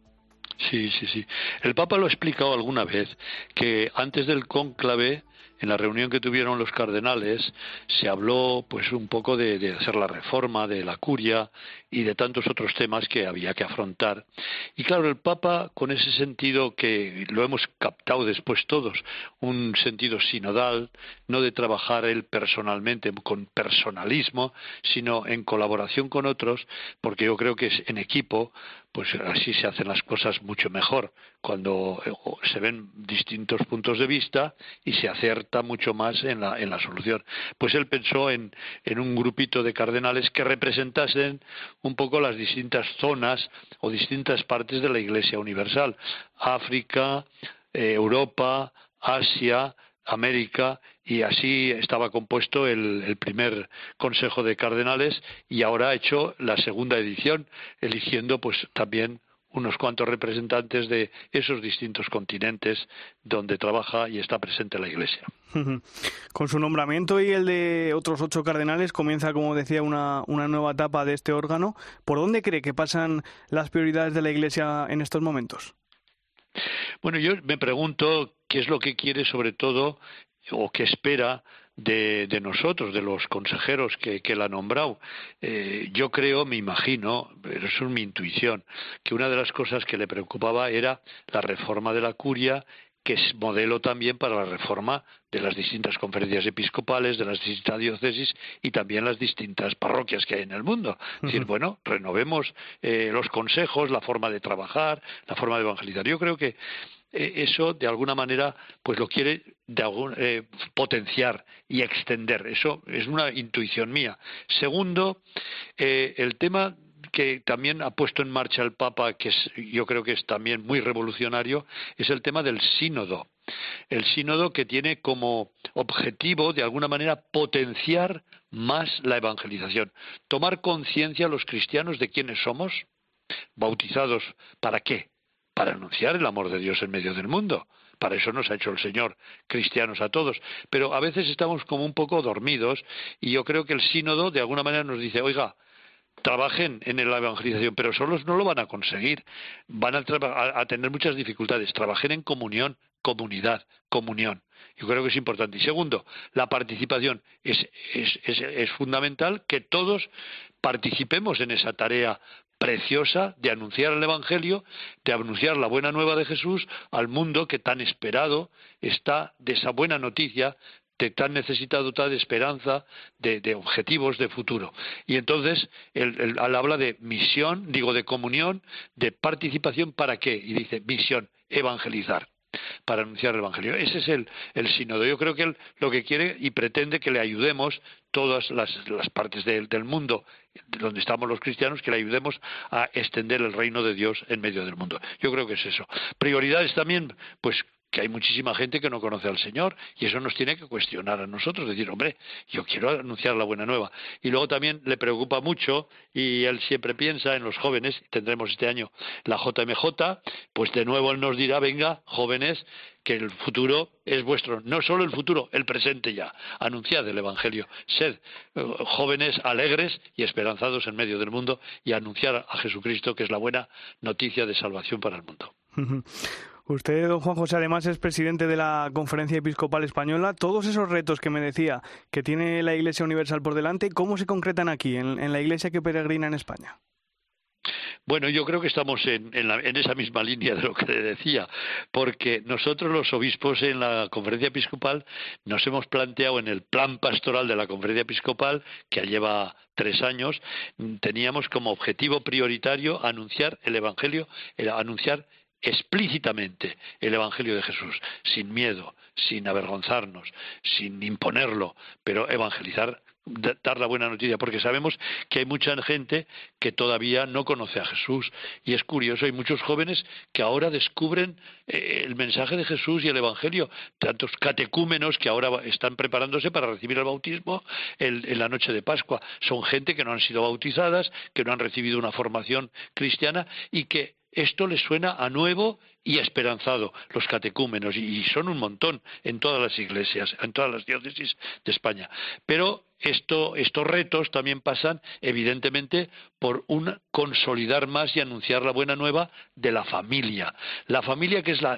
S5: Sí. El Papa lo ha explicado alguna vez, que antes del cónclave, en la reunión que tuvieron los cardenales, se habló pues un poco de hacer la reforma de la curia y de tantos otros temas que había que afrontar. Y claro, el Papa, con ese sentido que lo hemos captado después todos, un sentido sinodal, no de trabajar él personalmente con personalismo, sino en colaboración con otros, porque yo creo que es en equipo, pues así se hacen las cosas mucho mejor, cuando se ven distintos puntos de vista y se acierta mucho más en la solución. Pues él pensó en un grupito de cardenales que representasen un poco las distintas zonas o distintas partes de la Iglesia Universal: África, Europa, Asia, América, y así estaba compuesto el primer Consejo de Cardenales, y ahora ha hecho la segunda edición, eligiendo pues también unos cuantos representantes de esos distintos continentes donde trabaja y está presente la Iglesia.
S1: Con su nombramiento y el de otros 8 cardenales comienza, como decía, una nueva etapa de este órgano. ¿Por dónde cree que pasan las prioridades de la Iglesia en estos momentos?
S5: Bueno, yo me pregunto qué es lo que quiere, sobre todo, o qué espera de nosotros, de los consejeros que él ha nombrado. Yo creo, me imagino, pero eso es mi intuición, que una de las cosas que le preocupaba era la reforma de la curia, que es modelo también para la reforma de las distintas conferencias episcopales, de las distintas diócesis y también las distintas parroquias que hay en el mundo. Es decir, bueno, renovemos los consejos, la forma de trabajar, la forma de evangelizar. Yo creo que eso, de alguna manera, pues lo quiere potenciar y extender. Eso es una intuición mía. Segundo, el tema que también ha puesto en marcha el Papa, que yo creo que es también muy revolucionario, es el tema del sínodo. El sínodo, que tiene como objetivo, de alguna manera, potenciar más la evangelización. Tomar conciencia los cristianos de quiénes somos, bautizados, ¿para qué? Para anunciar el amor de Dios en medio del mundo. Para eso nos ha hecho el Señor cristianos a todos. Pero a veces estamos como un poco dormidos, y yo creo que el sínodo de alguna manera nos dice, oiga, trabajen en la evangelización, pero solos no lo van a conseguir. Van a tener muchas dificultades. Trabajen en comunión, comunidad, comunión. Yo creo que es importante. Y segundo, la participación. Es fundamental que todos participemos en esa tarea preciosa de anunciar el Evangelio, de anunciar la buena nueva de Jesús al mundo que tan esperado está de esa buena noticia, de tan necesitado de esperanza, de objetivos de futuro. Y entonces él habla de misión, de comunión, de participación. ¿Para qué? Y dice misión, evangelizar, para anunciar el Evangelio. Ese es el sínodo. Yo creo que él lo que quiere y pretende que le ayudemos todas las partes del mundo donde estamos los cristianos, que le ayudemos a extender el reino de Dios en medio del mundo. Yo creo que es eso. Prioridades también, pues que hay muchísima gente que no conoce al Señor, y eso nos tiene que cuestionar a nosotros, decir, hombre, yo quiero anunciar la buena nueva. Y luego también le preocupa mucho, y él siempre piensa en los jóvenes. Tendremos este año la JMJ, pues de nuevo él nos dirá, venga, jóvenes, que el futuro es vuestro, no solo el futuro, el presente ya. Anunciad el Evangelio, sed jóvenes alegres y esperanzados en medio del mundo, y anunciar a Jesucristo, que es la buena noticia de salvación para el mundo.
S1: Usted, don Juan José, además es presidente de la Conferencia Episcopal Española. Todos esos retos que me decía que tiene la Iglesia Universal por delante, ¿cómo se concretan aquí, en la Iglesia que peregrina en España?
S5: Bueno, yo creo que estamos en esa misma línea de lo que le decía, porque nosotros los obispos en la Conferencia Episcopal nos hemos planteado en el plan pastoral de la Conferencia Episcopal, que ya lleva 3 años, teníamos como objetivo prioritario anunciar el Evangelio, anunciar explícitamente el Evangelio de Jesús, sin miedo, sin avergonzarnos, sin imponerlo, pero evangelizar, dar la buena noticia, porque sabemos que hay mucha gente que todavía no conoce a Jesús, y es curioso, hay muchos jóvenes que ahora descubren el mensaje de Jesús y el Evangelio, tantos catecúmenos que ahora están preparándose para recibir el bautismo en la noche de Pascua, son gente que no han sido bautizadas, que no han recibido una formación cristiana y que esto les suena a nuevo y esperanzado, los catecúmenos, y son un montón en todas las iglesias, en todas las diócesis de España. Pero estos retos también pasan, evidentemente, por un consolidar más y anunciar la buena nueva de la familia. La familia, que es la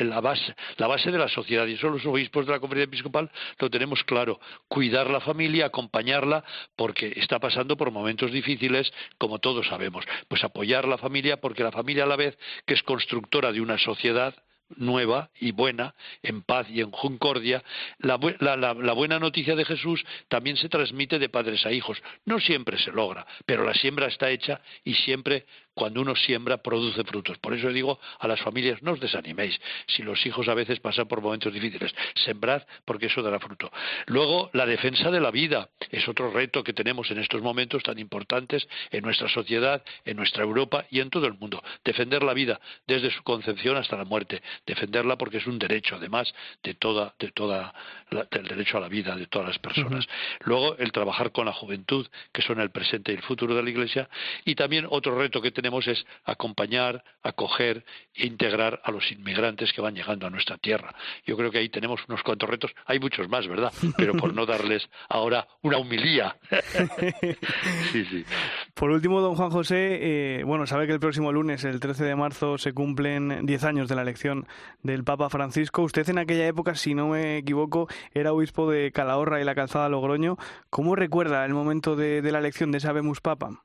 S5: base de la sociedad, y eso los obispos de la Conferencia Episcopal lo tenemos claro, cuidar la familia, acompañarla, porque está pasando por momentos difíciles, como todos sabemos. Pues apoyar la familia, porque la familia, a la vez que es constructora de una sociedad nueva y buena, en paz y en concordia, la buena noticia de Jesús también se transmite de padres a hijos. No siempre se logra, pero la siembra está hecha, y siempre cuando uno siembra produce frutos. Por eso digo a las familias, no os desaniméis si los hijos a veces pasan por momentos difíciles, sembrad, porque eso dará fruto. Luego, la defensa de la vida es otro reto que tenemos en estos momentos tan importantes en nuestra sociedad, en nuestra Europa y en todo el mundo. Defender la vida desde su concepción hasta la muerte, defenderla porque es un derecho, además del derecho a la vida de todas las personas. Luego, el trabajar con la juventud, que son el presente y el futuro de la Iglesia, y también otro reto que tenemos es acompañar, acoger e integrar a los inmigrantes que van llegando a nuestra tierra. Yo creo que ahí tenemos unos cuantos retos, hay muchos más, ¿verdad? Pero por no darles ahora una humilía. Sí.
S1: Por último, don Juan José, sabe que el próximo lunes, el 13 de marzo, se cumplen 10 años de la elección del Papa Francisco. Usted en aquella época, si no me equivoco, era obispo de Calahorra y la Calzada Logroño. ¿Cómo recuerda el momento de la elección de ese Habemus Papam?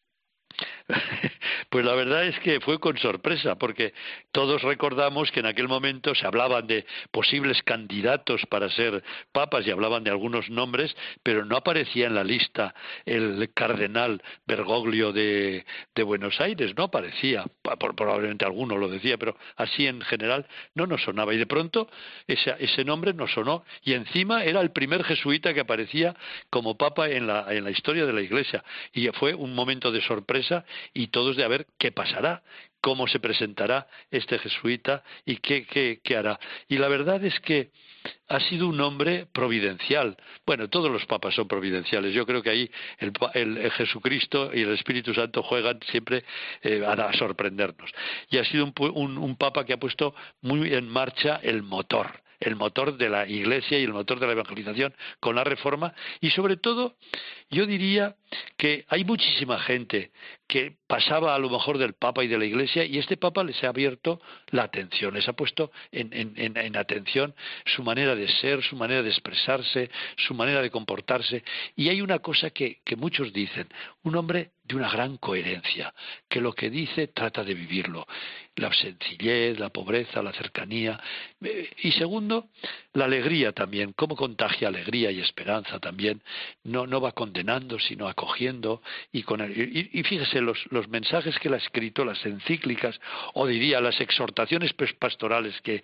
S5: Pues la verdad es que fue con sorpresa, porque todos recordamos que en aquel momento se hablaban de posibles candidatos para ser papas y hablaban de algunos nombres, pero no aparecía en la lista el cardenal Bergoglio de Buenos Aires, no aparecía, probablemente alguno lo decía, pero así en general no nos sonaba, y de pronto ese nombre nos sonó, y encima era el primer jesuita que aparecía como papa en la historia de la Iglesia, y fue un momento de sorpresa, y todos de a ver qué pasará, cómo se presentará este jesuita y qué hará. Y la verdad es que ha sido un hombre providencial. Bueno, todos los papas son providenciales. Yo creo que ahí el Jesucristo y el Espíritu Santo juegan siempre a sorprendernos. Y ha sido un papa que ha puesto muy en marcha el motor de la Iglesia y el motor de la evangelización con la Reforma, y sobre todo yo diría que hay muchísima gente que pasaba a lo mejor del Papa y de la Iglesia, y este Papa les ha abierto la atención, les ha puesto en atención su manera de ser, su manera de expresarse, su manera de comportarse, y hay una cosa que muchos dicen, un hombre de una gran coherencia, que lo que dice trata de vivirlo, la sencillez, la pobreza, la cercanía, y segundo, la alegría también, cómo contagia alegría y esperanza también, no va condenando, sino acogiendo, y fíjese los mensajes que él ha escrito, las encíclicas, o diría las exhortaciones pastorales que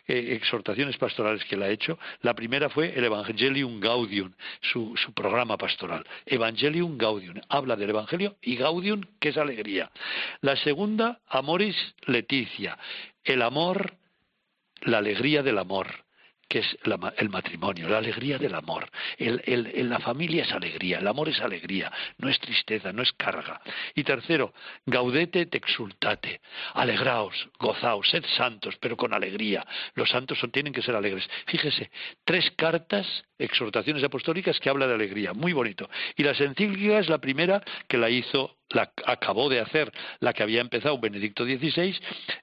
S5: él ha hecho. La primera fue el Evangelium Gaudium, su programa pastoral, Evangelium Gaudium, habla del Evangelio, y Gaudium, que es alegría. La segunda, Amoris Laetitia, el amor, la alegría del amor, que es el matrimonio, la alegría del amor. La familia es alegría, el amor es alegría, no es tristeza, no es carga. Y tercero, gaudete et exultate, alegraos, gozaos, sed santos, pero con alegría. Los santos tienen que ser alegres. Fíjese, 3 cartas, exhortaciones apostólicas que habla de alegría, muy bonito. Y las encíclicas, la primera que la hizo acabó de hacer la que había empezado Benedicto XVI,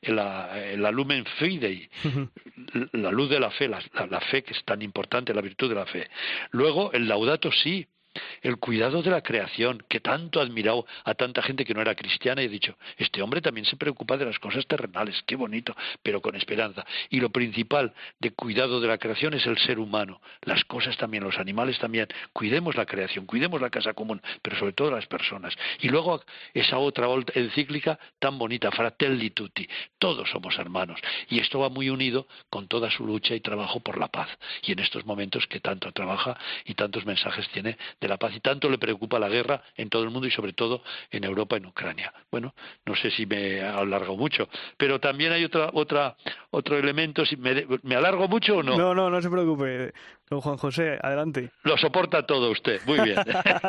S5: la Lumen Fidei, la luz de la fe, la fe que es tan importante, la virtud de la fe. Luego el Laudato Si, el cuidado de la creación, que tanto ha admirado a tanta gente que no era cristiana, y he dicho, este hombre también se preocupa de las cosas terrenales, qué bonito, pero con esperanza. Y lo principal de cuidado de la creación es el ser humano, las cosas también, los animales también. Cuidemos la creación, cuidemos la casa común, pero sobre todo las personas. Y luego esa otra encíclica tan bonita, Fratelli Tutti, todos somos hermanos. Y esto va muy unido con toda su lucha y trabajo por la paz. Y en estos momentos que tanto trabaja y tantos mensajes tiene de la paz, y tanto le preocupa la guerra en todo el mundo y sobre todo en Europa, en Ucrania. Bueno, no sé si me he alargado mucho, pero también hay otro elemento. Si ¿me alargo mucho o no?
S1: No se preocupe, don Juan José, adelante.
S5: Lo soporta todo usted, muy bien.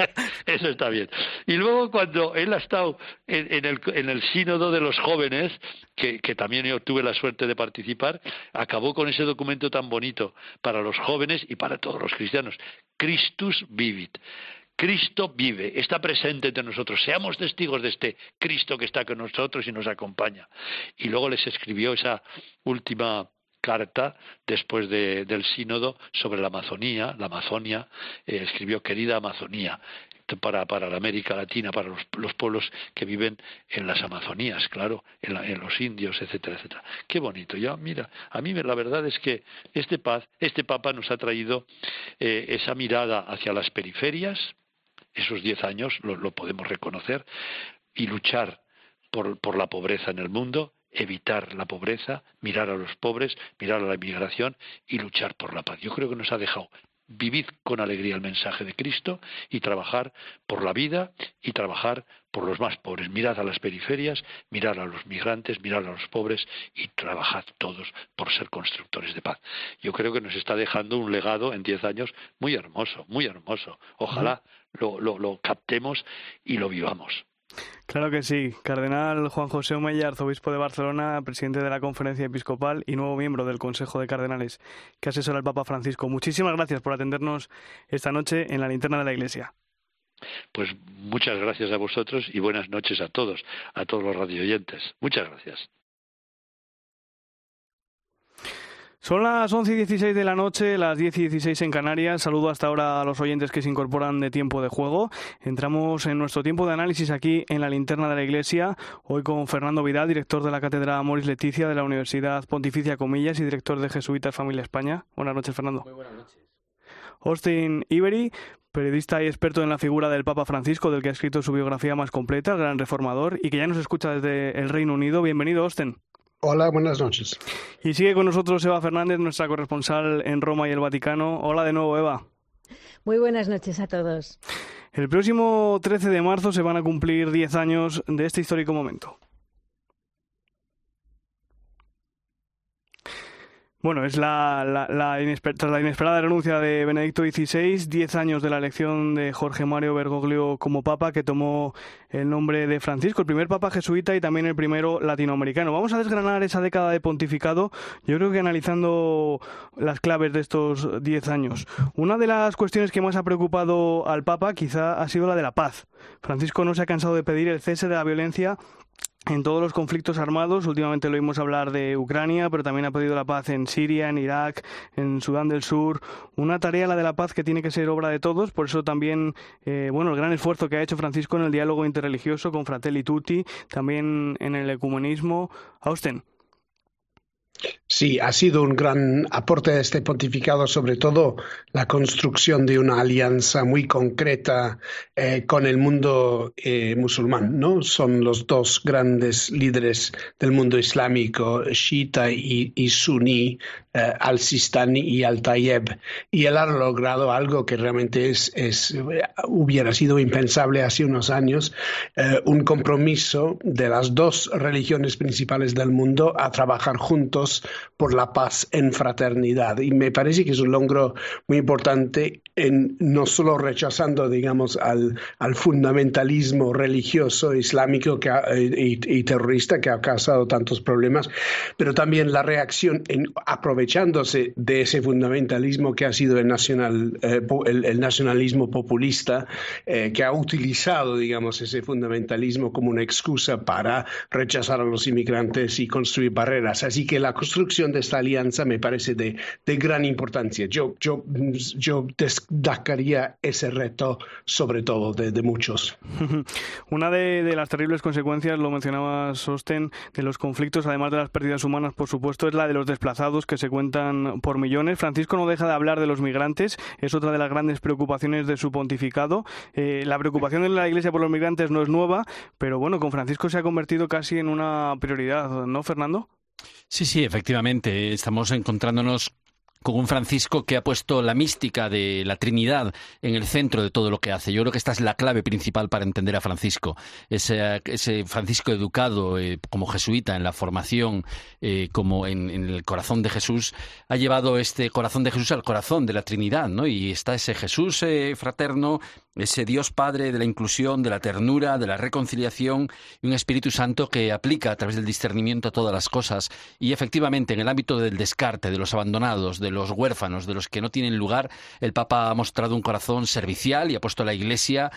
S5: Eso está bien. Y luego cuando él ha estado en el sínodo de los jóvenes, que también yo tuve la suerte de participar, acabó con ese documento tan bonito para los jóvenes y para todos los cristianos, Christus vivit. Cristo vive, está presente entre nosotros. Seamos testigos de este Cristo que está con nosotros y nos acompaña. Y luego les escribió esa última carta después del sínodo sobre la Amazonia, escribió querida Amazonía, para la América Latina, para los pueblos que viven en las Amazonías, claro, en los indios, etcétera, etcétera. Qué bonito. Mira, a mí la verdad es que este Papa nos ha traído esa mirada hacia las periferias, esos 10 años lo podemos reconocer, y luchar por la pobreza en el mundo, evitar la pobreza, mirar a los pobres, mirar a la inmigración y luchar por la paz. Yo creo que nos ha dejado vivir con alegría el mensaje de Cristo y trabajar por la vida y trabajar por los más pobres. Mirad a las periferias, mirad a los migrantes, mirad a los pobres y trabajad todos por ser constructores de paz. Yo creo que nos está dejando un legado en 10 años muy hermoso, muy hermoso. Ojalá lo captemos y lo vivamos.
S1: Claro que sí. Cardenal Juan José Omeya, arzobispo de Barcelona, presidente de la Conferencia Episcopal y nuevo miembro del Consejo de Cardenales que asesora al Papa Francisco. Muchísimas gracias por atendernos esta noche en la Linterna de la Iglesia.
S5: Pues muchas gracias a vosotros y buenas noches a todos los radioyentes. Muchas gracias.
S1: Son las 11:16 de la noche, las 10:16 en Canarias. Saludo hasta ahora a los oyentes que se incorporan de Tiempo de Juego. Entramos en nuestro tiempo de análisis aquí en la Linterna de la Iglesia, hoy con Fernando Vidal, director de la Cátedra Amoris Laetitia de la Universidad Pontificia Comillas y director de Jesuitas Familia España. Buenas noches, Fernando.
S8: Muy buenas noches.
S1: Austin Ibery, periodista y experto en la figura del Papa Francisco, del que ha escrito su biografía más completa, el Gran Reformador, y que ya nos escucha desde el Reino Unido. Bienvenido, Austin.
S9: Hola, buenas noches.
S1: Y sigue con nosotros Eva Fernández, nuestra corresponsal en Roma y el Vaticano. Hola de nuevo, Eva.
S7: Muy buenas noches a todos.
S1: El próximo 13 de marzo se van a cumplir 10 años de este histórico momento. Bueno, es la inesperada renuncia de Benedicto XVI, 10 años de la elección de Jorge Mario Bergoglio como papa, que tomó el nombre de Francisco, el primer papa jesuita y también el primero latinoamericano. Vamos a desgranar esa década de pontificado, yo creo que analizando las claves de estos 10 años. Una de las cuestiones que más ha preocupado al papa quizá ha sido la de la paz. Francisco no se ha cansado de pedir el cese de la violencia en todos los conflictos armados. Últimamente lo oímos hablar de Ucrania, pero también ha pedido la paz en Siria, en Irak, en Sudán del Sur. Una tarea, la de la paz, que tiene que ser obra de todos. Por eso también, el gran esfuerzo que ha hecho Francisco en el diálogo interreligioso con Fratelli Tutti, también en el ecumenismo. Austin.
S9: Sí, ha sido un gran aporte de este pontificado, sobre todo la construcción de una alianza muy concreta con el mundo musulmán, ¿no? Son los dos grandes líderes del mundo islámico, chiita y suní, al-Sistani y al-Tayeb, y él ha logrado algo que realmente hubiera sido impensable hace unos años, un compromiso de las dos religiones principales del mundo a trabajar juntos por la paz en fraternidad. Y me parece que es un logro muy importante, no solo rechazando, digamos, al fundamentalismo religioso islámico y terrorista que ha causado tantos problemas, pero también la reacción en aprovechar aprovechándose de ese fundamentalismo que ha sido el nacionalismo populista, que ha utilizado, digamos, ese fundamentalismo como una excusa para rechazar a los inmigrantes y construir barreras. Así que la construcción de esta alianza me parece de gran importancia. Yo destacaría ese reto, sobre todo, de muchos.
S1: Una de las terribles consecuencias, lo mencionaba Sosten, de los conflictos, además de las pérdidas humanas, por supuesto, es la de los desplazados, que se cuentan por millones. Francisco no deja de hablar de los migrantes, es otra de las grandes preocupaciones de su pontificado. La preocupación de la Iglesia por los migrantes no es nueva, pero bueno, con Francisco se ha convertido casi en una prioridad, ¿no, Fernando?
S8: Sí, efectivamente. Estamos encontrándonos con un Francisco que ha puesto la mística de la Trinidad en el centro de todo lo que hace. Yo creo que esta es la clave principal para entender a Francisco. Ese Francisco educado como jesuita en la formación, como en el corazón de Jesús, ha llevado este corazón de Jesús al corazón de la Trinidad, ¿no? Y está ese Jesús fraterno, ese Dios Padre de la inclusión, de la ternura, de la reconciliación, y un Espíritu Santo que aplica a través del discernimiento a todas las cosas. Y efectivamente, en el ámbito del descarte, de los abandonados, de los huérfanos, de los que no tienen lugar, el Papa ha mostrado un corazón servicial y ha puesto a la Iglesia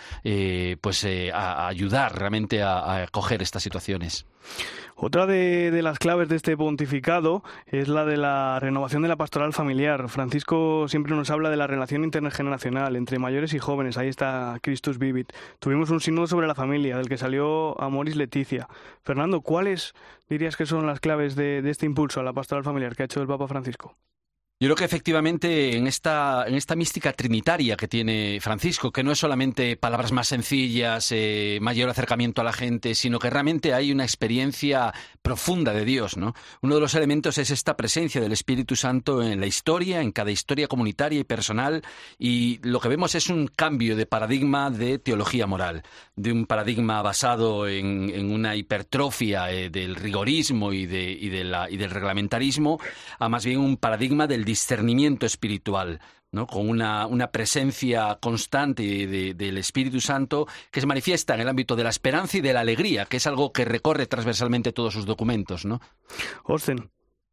S8: a ayudar realmente a acoger estas situaciones.
S1: Otra de las claves de este pontificado es la de la renovación de la pastoral familiar. Francisco siempre nos habla de la relación intergeneracional entre mayores y jóvenes. Ahí está Christus Vivit. Tuvimos un sínodo sobre la familia, del que salió Amoris Laetitia. Fernando, ¿cuáles dirías que son las claves de este impulso a la pastoral familiar que ha hecho el Papa Francisco?
S8: Yo creo que efectivamente en esta mística trinitaria que tiene Francisco, que no es solamente palabras más sencillas, mayor acercamiento a la gente, sino que realmente hay una experiencia profunda de Dios, ¿no? Uno de los elementos es esta presencia del Espíritu Santo en la historia, en cada historia comunitaria y personal, y lo que vemos es un cambio de paradigma de teología moral, de un paradigma basado en una hipertrofia del rigorismo y del reglamentarismo, a más bien un paradigma del discernimiento espiritual, ¿no? Con una presencia constante del Espíritu Santo que se manifiesta en el ámbito de la esperanza y de la alegría, que es algo que recorre transversalmente todos sus documentos, ¿no?
S1: Osten.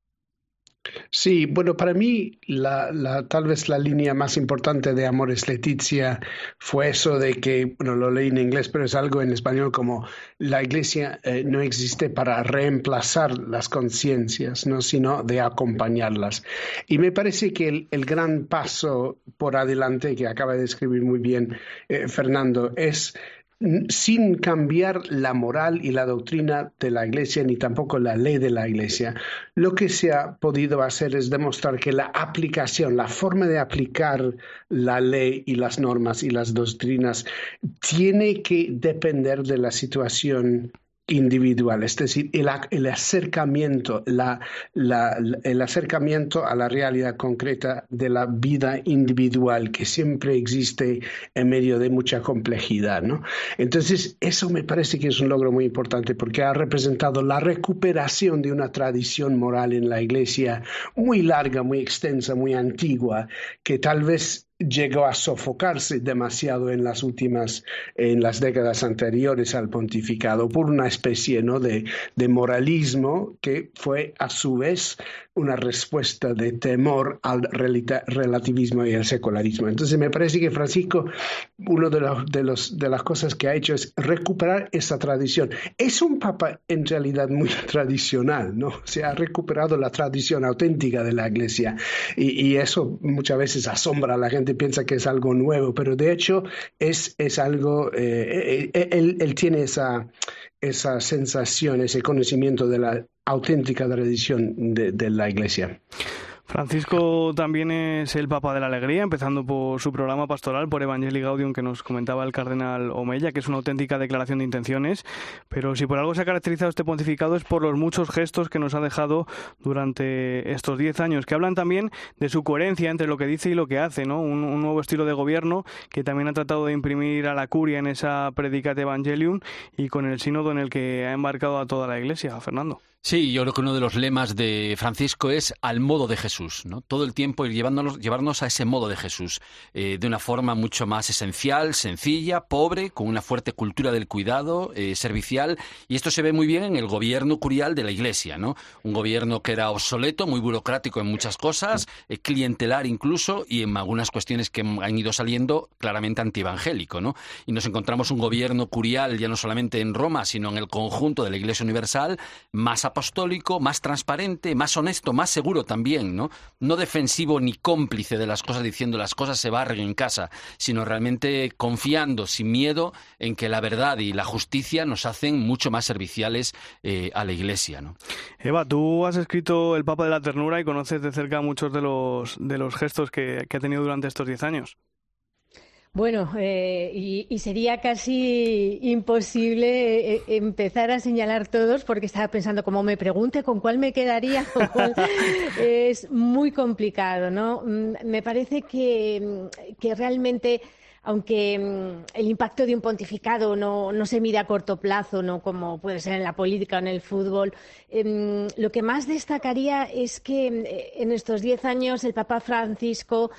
S9: Sí, bueno, para mí tal vez la línea más importante de Amoris Laetitia fue eso de que, bueno, lo leí en inglés, pero es algo en español como la Iglesia no existe para reemplazar las conciencias, ¿no? Sino de acompañarlas. Y me parece que el gran paso por adelante, que acaba de describir muy bien Fernando, es sin cambiar la moral y la doctrina de la Iglesia, ni tampoco la ley de la Iglesia. Lo que se ha podido hacer es demostrar que la aplicación, la forma de aplicar la ley y las normas y las doctrinas tiene que depender de la situación individual, es decir, el acercamiento a la realidad concreta de la vida individual que siempre existe en medio de mucha complejidad, ¿no? Entonces, eso me parece que es un logro muy importante porque ha representado la recuperación de una tradición moral en la Iglesia muy larga, muy extensa, muy antigua, que tal vez llegó a sofocarse demasiado en las décadas anteriores al pontificado por una especie, ¿no?, de moralismo que fue a su vez una respuesta de temor al relativismo y al secularismo. Entonces me parece que Francisco, una de las cosas que ha hecho es recuperar esa tradición. Es un papa en realidad muy tradicional, ¿no? Se ha recuperado la tradición auténtica de la Iglesia y eso muchas veces asombra a la gente, piensa que es algo nuevo, pero de hecho es algo, él tiene esa sensación, ese conocimiento de la auténtica tradición de la Iglesia.
S1: Francisco también es el Papa de la Alegría, empezando por su programa pastoral, por Evangelii Gaudium, que nos comentaba el cardenal Omeya, que es una auténtica declaración de intenciones, pero si por algo se ha caracterizado este pontificado es por los muchos gestos que nos ha dejado durante estos 10 años, que hablan también de su coherencia entre lo que dice y lo que hace, ¿no? Un nuevo estilo de gobierno que también ha tratado de imprimir a la curia en esa Predicate Evangelium y con el sínodo en el que ha embarcado a toda la Iglesia. Fernando.
S8: Sí, yo creo que uno de los lemas de Francisco es al modo de Jesús. Jesús, ¿no? Todo el tiempo ir llevarnos a ese modo de Jesús, de una forma mucho más esencial, sencilla, pobre, con una fuerte cultura del cuidado, servicial, y esto se ve muy bien en el gobierno curial de la Iglesia, ¿no? Un gobierno que era obsoleto, muy burocrático en muchas cosas, clientelar incluso, y en algunas cuestiones que han ido saliendo claramente antievangélico, ¿no? Y nos encontramos un gobierno curial ya no solamente en Roma, sino en el conjunto de la Iglesia Universal, más apostólico, más transparente, más honesto, más seguro también, ¿no? No defensivo ni cómplice de las cosas diciendo las cosas se barren en casa, sino realmente confiando sin miedo en que la verdad y la justicia nos hacen mucho más serviciales a la Iglesia, ¿no?
S1: Eva, tú has escrito El Papa de la Ternura y conoces de cerca muchos de los gestos que ha tenido durante estos 10 años.
S7: Bueno, y sería casi imposible empezar a señalar todos, porque estaba pensando, como me pregunte con cuál me quedaría, es muy complicado, ¿no? Me parece que realmente, aunque el impacto de un pontificado no se mide a corto plazo, no como puede ser en la política o en el fútbol, lo que más destacaría es que en estos 10 años el Papa Francisco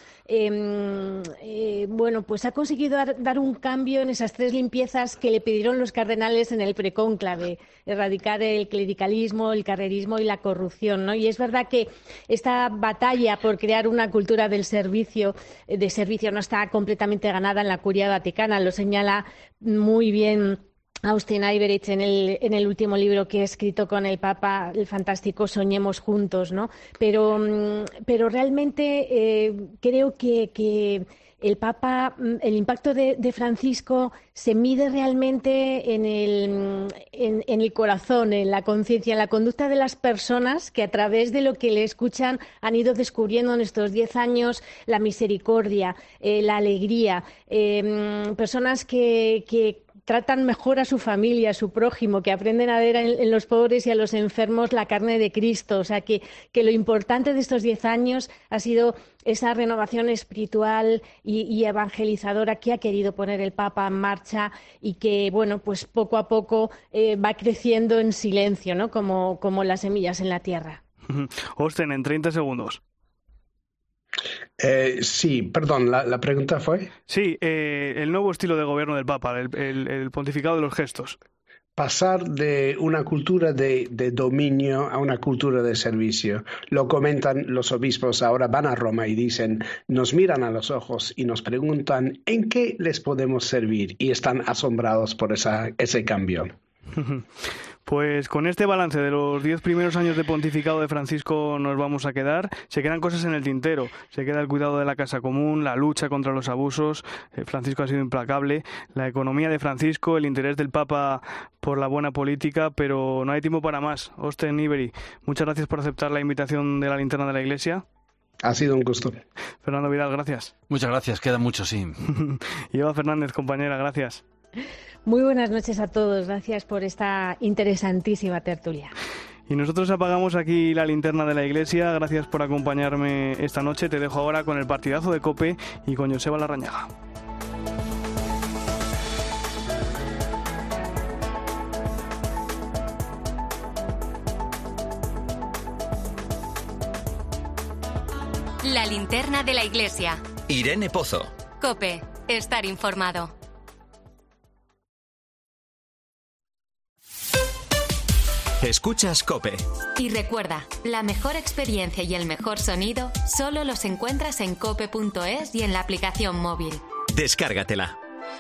S7: pues ha conseguido dar un cambio en esas 3 limpiezas que le pidieron los cardenales en el precónclave: erradicar el clericalismo, el carrerismo y la corrupción, ¿no? Y es verdad que esta batalla por crear una cultura del servicio no está completamente ganada en la Curia Vaticana. Lo señala muy bien Austin Iverich en el último libro que he escrito con el Papa, el fantástico Soñemos Juntos, ¿no? Pero realmente creo que el Papa, el impacto de Francisco se mide realmente en el corazón, en la conciencia, en la conducta de las personas que a través de lo que le escuchan han ido descubriendo en estos 10 años la misericordia, la alegría, personas que tratan mejor a su familia, a su prójimo, que aprenden a ver en los pobres y a los enfermos la carne de Cristo. O sea, que lo importante de estos 10 años ha sido esa renovación espiritual y evangelizadora que ha querido poner el Papa en marcha y que, bueno, pues poco a poco va creciendo en silencio, ¿no? Como las semillas en la tierra.
S1: Osten, en 30 segundos.
S9: Sí, perdón, ¿la pregunta fue?
S1: Sí, el nuevo estilo de gobierno del Papa, el pontificado de los gestos.
S9: Pasar de una cultura de dominio a una cultura de servicio. Lo comentan los obispos, ahora van a Roma y dicen, nos miran a los ojos y nos preguntan ¿en qué les podemos servir? Y están asombrados por ese cambio.
S1: Pues con este balance de los 10 primeros años de pontificado de Francisco nos vamos a quedar. Se quedan cosas en el tintero. Se queda el cuidado de la casa común, la lucha contra los abusos. Francisco ha sido implacable. La economía de Francisco, el interés del Papa por la buena política, pero no hay tiempo para más. Osten Iberi, muchas gracias por aceptar la invitación de la Linterna de la Iglesia.
S9: Ha sido un gusto.
S1: Fernando Vidal, gracias.
S8: Muchas gracias, queda mucho, sí.
S1: Y Eva Fernández, compañera, gracias.
S7: Muy buenas noches a todos. Gracias por esta interesantísima tertulia.
S1: Y nosotros apagamos aquí la linterna de la Iglesia. Gracias por acompañarme esta noche. Te dejo ahora con el partidazo de COPE y con Joseba Larrañaga.
S2: La linterna de la Iglesia.
S3: Irene Pozo.
S2: COPE. Estar informado.
S3: Escuchas COPE.
S2: Y recuerda, la mejor experiencia y el mejor sonido solo los encuentras en cope.es y en la aplicación móvil.
S3: Descárgatela.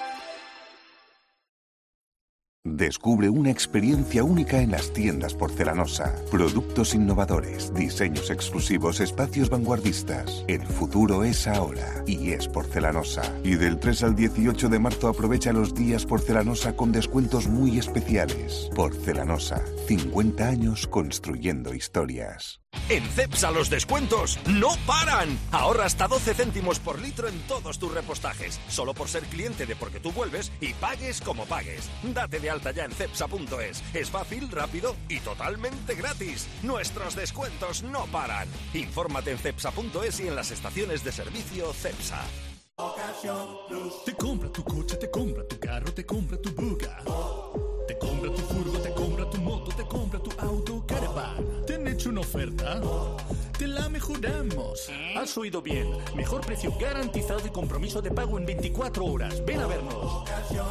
S10: Descubre una experiencia única en las tiendas Porcelanosa. Productos innovadores, diseños exclusivos, espacios vanguardistas. El futuro es ahora y es Porcelanosa. Y del 3 al 18 de marzo aprovecha los días Porcelanosa con descuentos muy especiales. Porcelanosa, 50 años construyendo historias.
S11: En Cepsa los descuentos no paran. Ahorra hasta 12 céntimos por litro en todos tus repostajes, solo por ser cliente de Porque Tú Vuelves y pagues como pagues. Date de alta ya en cepsa.es. Es fácil, rápido y totalmente gratis. Nuestros descuentos no paran. Infórmate en cepsa.es y en las estaciones de servicio Cepsa.
S12: Te compra tu coche, te compra tu carro, te compra tu buga. Te compra tu furgo, te compra tu moto, te compra tu auto caravan. ¿Te han hecho una oferta? te la mejoramos. Has oído bien. Mejor precio garantizado y compromiso de pago en 24 horas. Ven a vernos.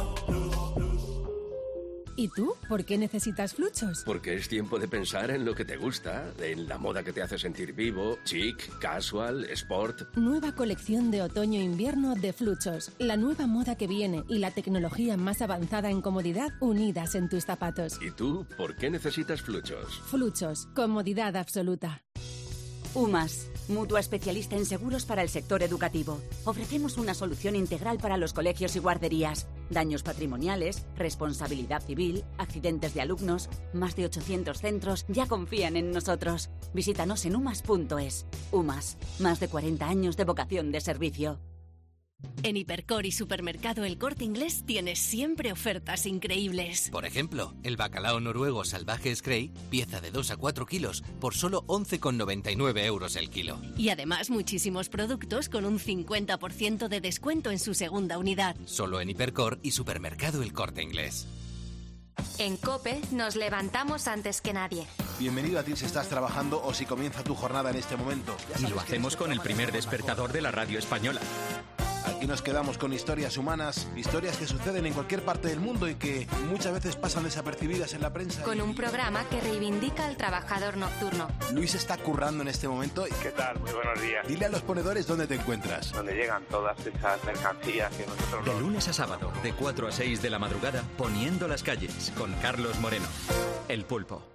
S13: ¿Y tú? ¿Por qué necesitas Fluchos?
S14: Porque es tiempo de pensar en lo que te gusta, en la moda que te hace sentir vivo, chic, casual, sport.
S13: Nueva colección de otoño-invierno de Fluchos. La nueva moda que viene y la tecnología más avanzada en comodidad unidas en tus zapatos.
S14: ¿Y tú? ¿Por qué necesitas Fluchos?
S13: Fluchos. Comodidad absoluta.
S35: UMAS, mutua especialista en seguros para el sector educativo. Ofrecemos una solución integral para los colegios y guarderías. Daños patrimoniales, responsabilidad civil, accidentes de alumnos. Más de 800 centros ya confían en nosotros. Visítanos en umas.es. UMAS, más de 40 años de vocación de servicio.
S15: En Hipercor y Supermercado El Corte Inglés tienes siempre ofertas increíbles.
S16: Por ejemplo, el bacalao noruego salvaje Scray, pieza de 2 a 4 kilos, por solo 11,99 € el kilo.
S15: Y además muchísimos productos con un 50% de descuento en su segunda unidad.
S16: Solo en Hipercor y Supermercado El Corte Inglés.
S2: En COPE nos levantamos antes que nadie.
S17: Bienvenido a ti si estás trabajando o si comienza tu jornada en este momento.
S3: Y lo hacemos con el primer despertador de la radio española.
S17: Aquí nos quedamos con historias humanas, historias que suceden en cualquier parte del mundo y que muchas veces pasan desapercibidas en la prensa.
S2: Con un programa que reivindica al trabajador nocturno.
S17: Luis está currando en este momento.
S18: ¿Qué tal? Muy buenos días.
S17: Dile a los ponedores dónde te encuentras.
S18: Donde llegan todas esas mercancías que nosotros...
S3: De lunes a sábado, de 4 a 6 de la madrugada, Poniendo las calles, con Carlos Moreno. El Pulpo.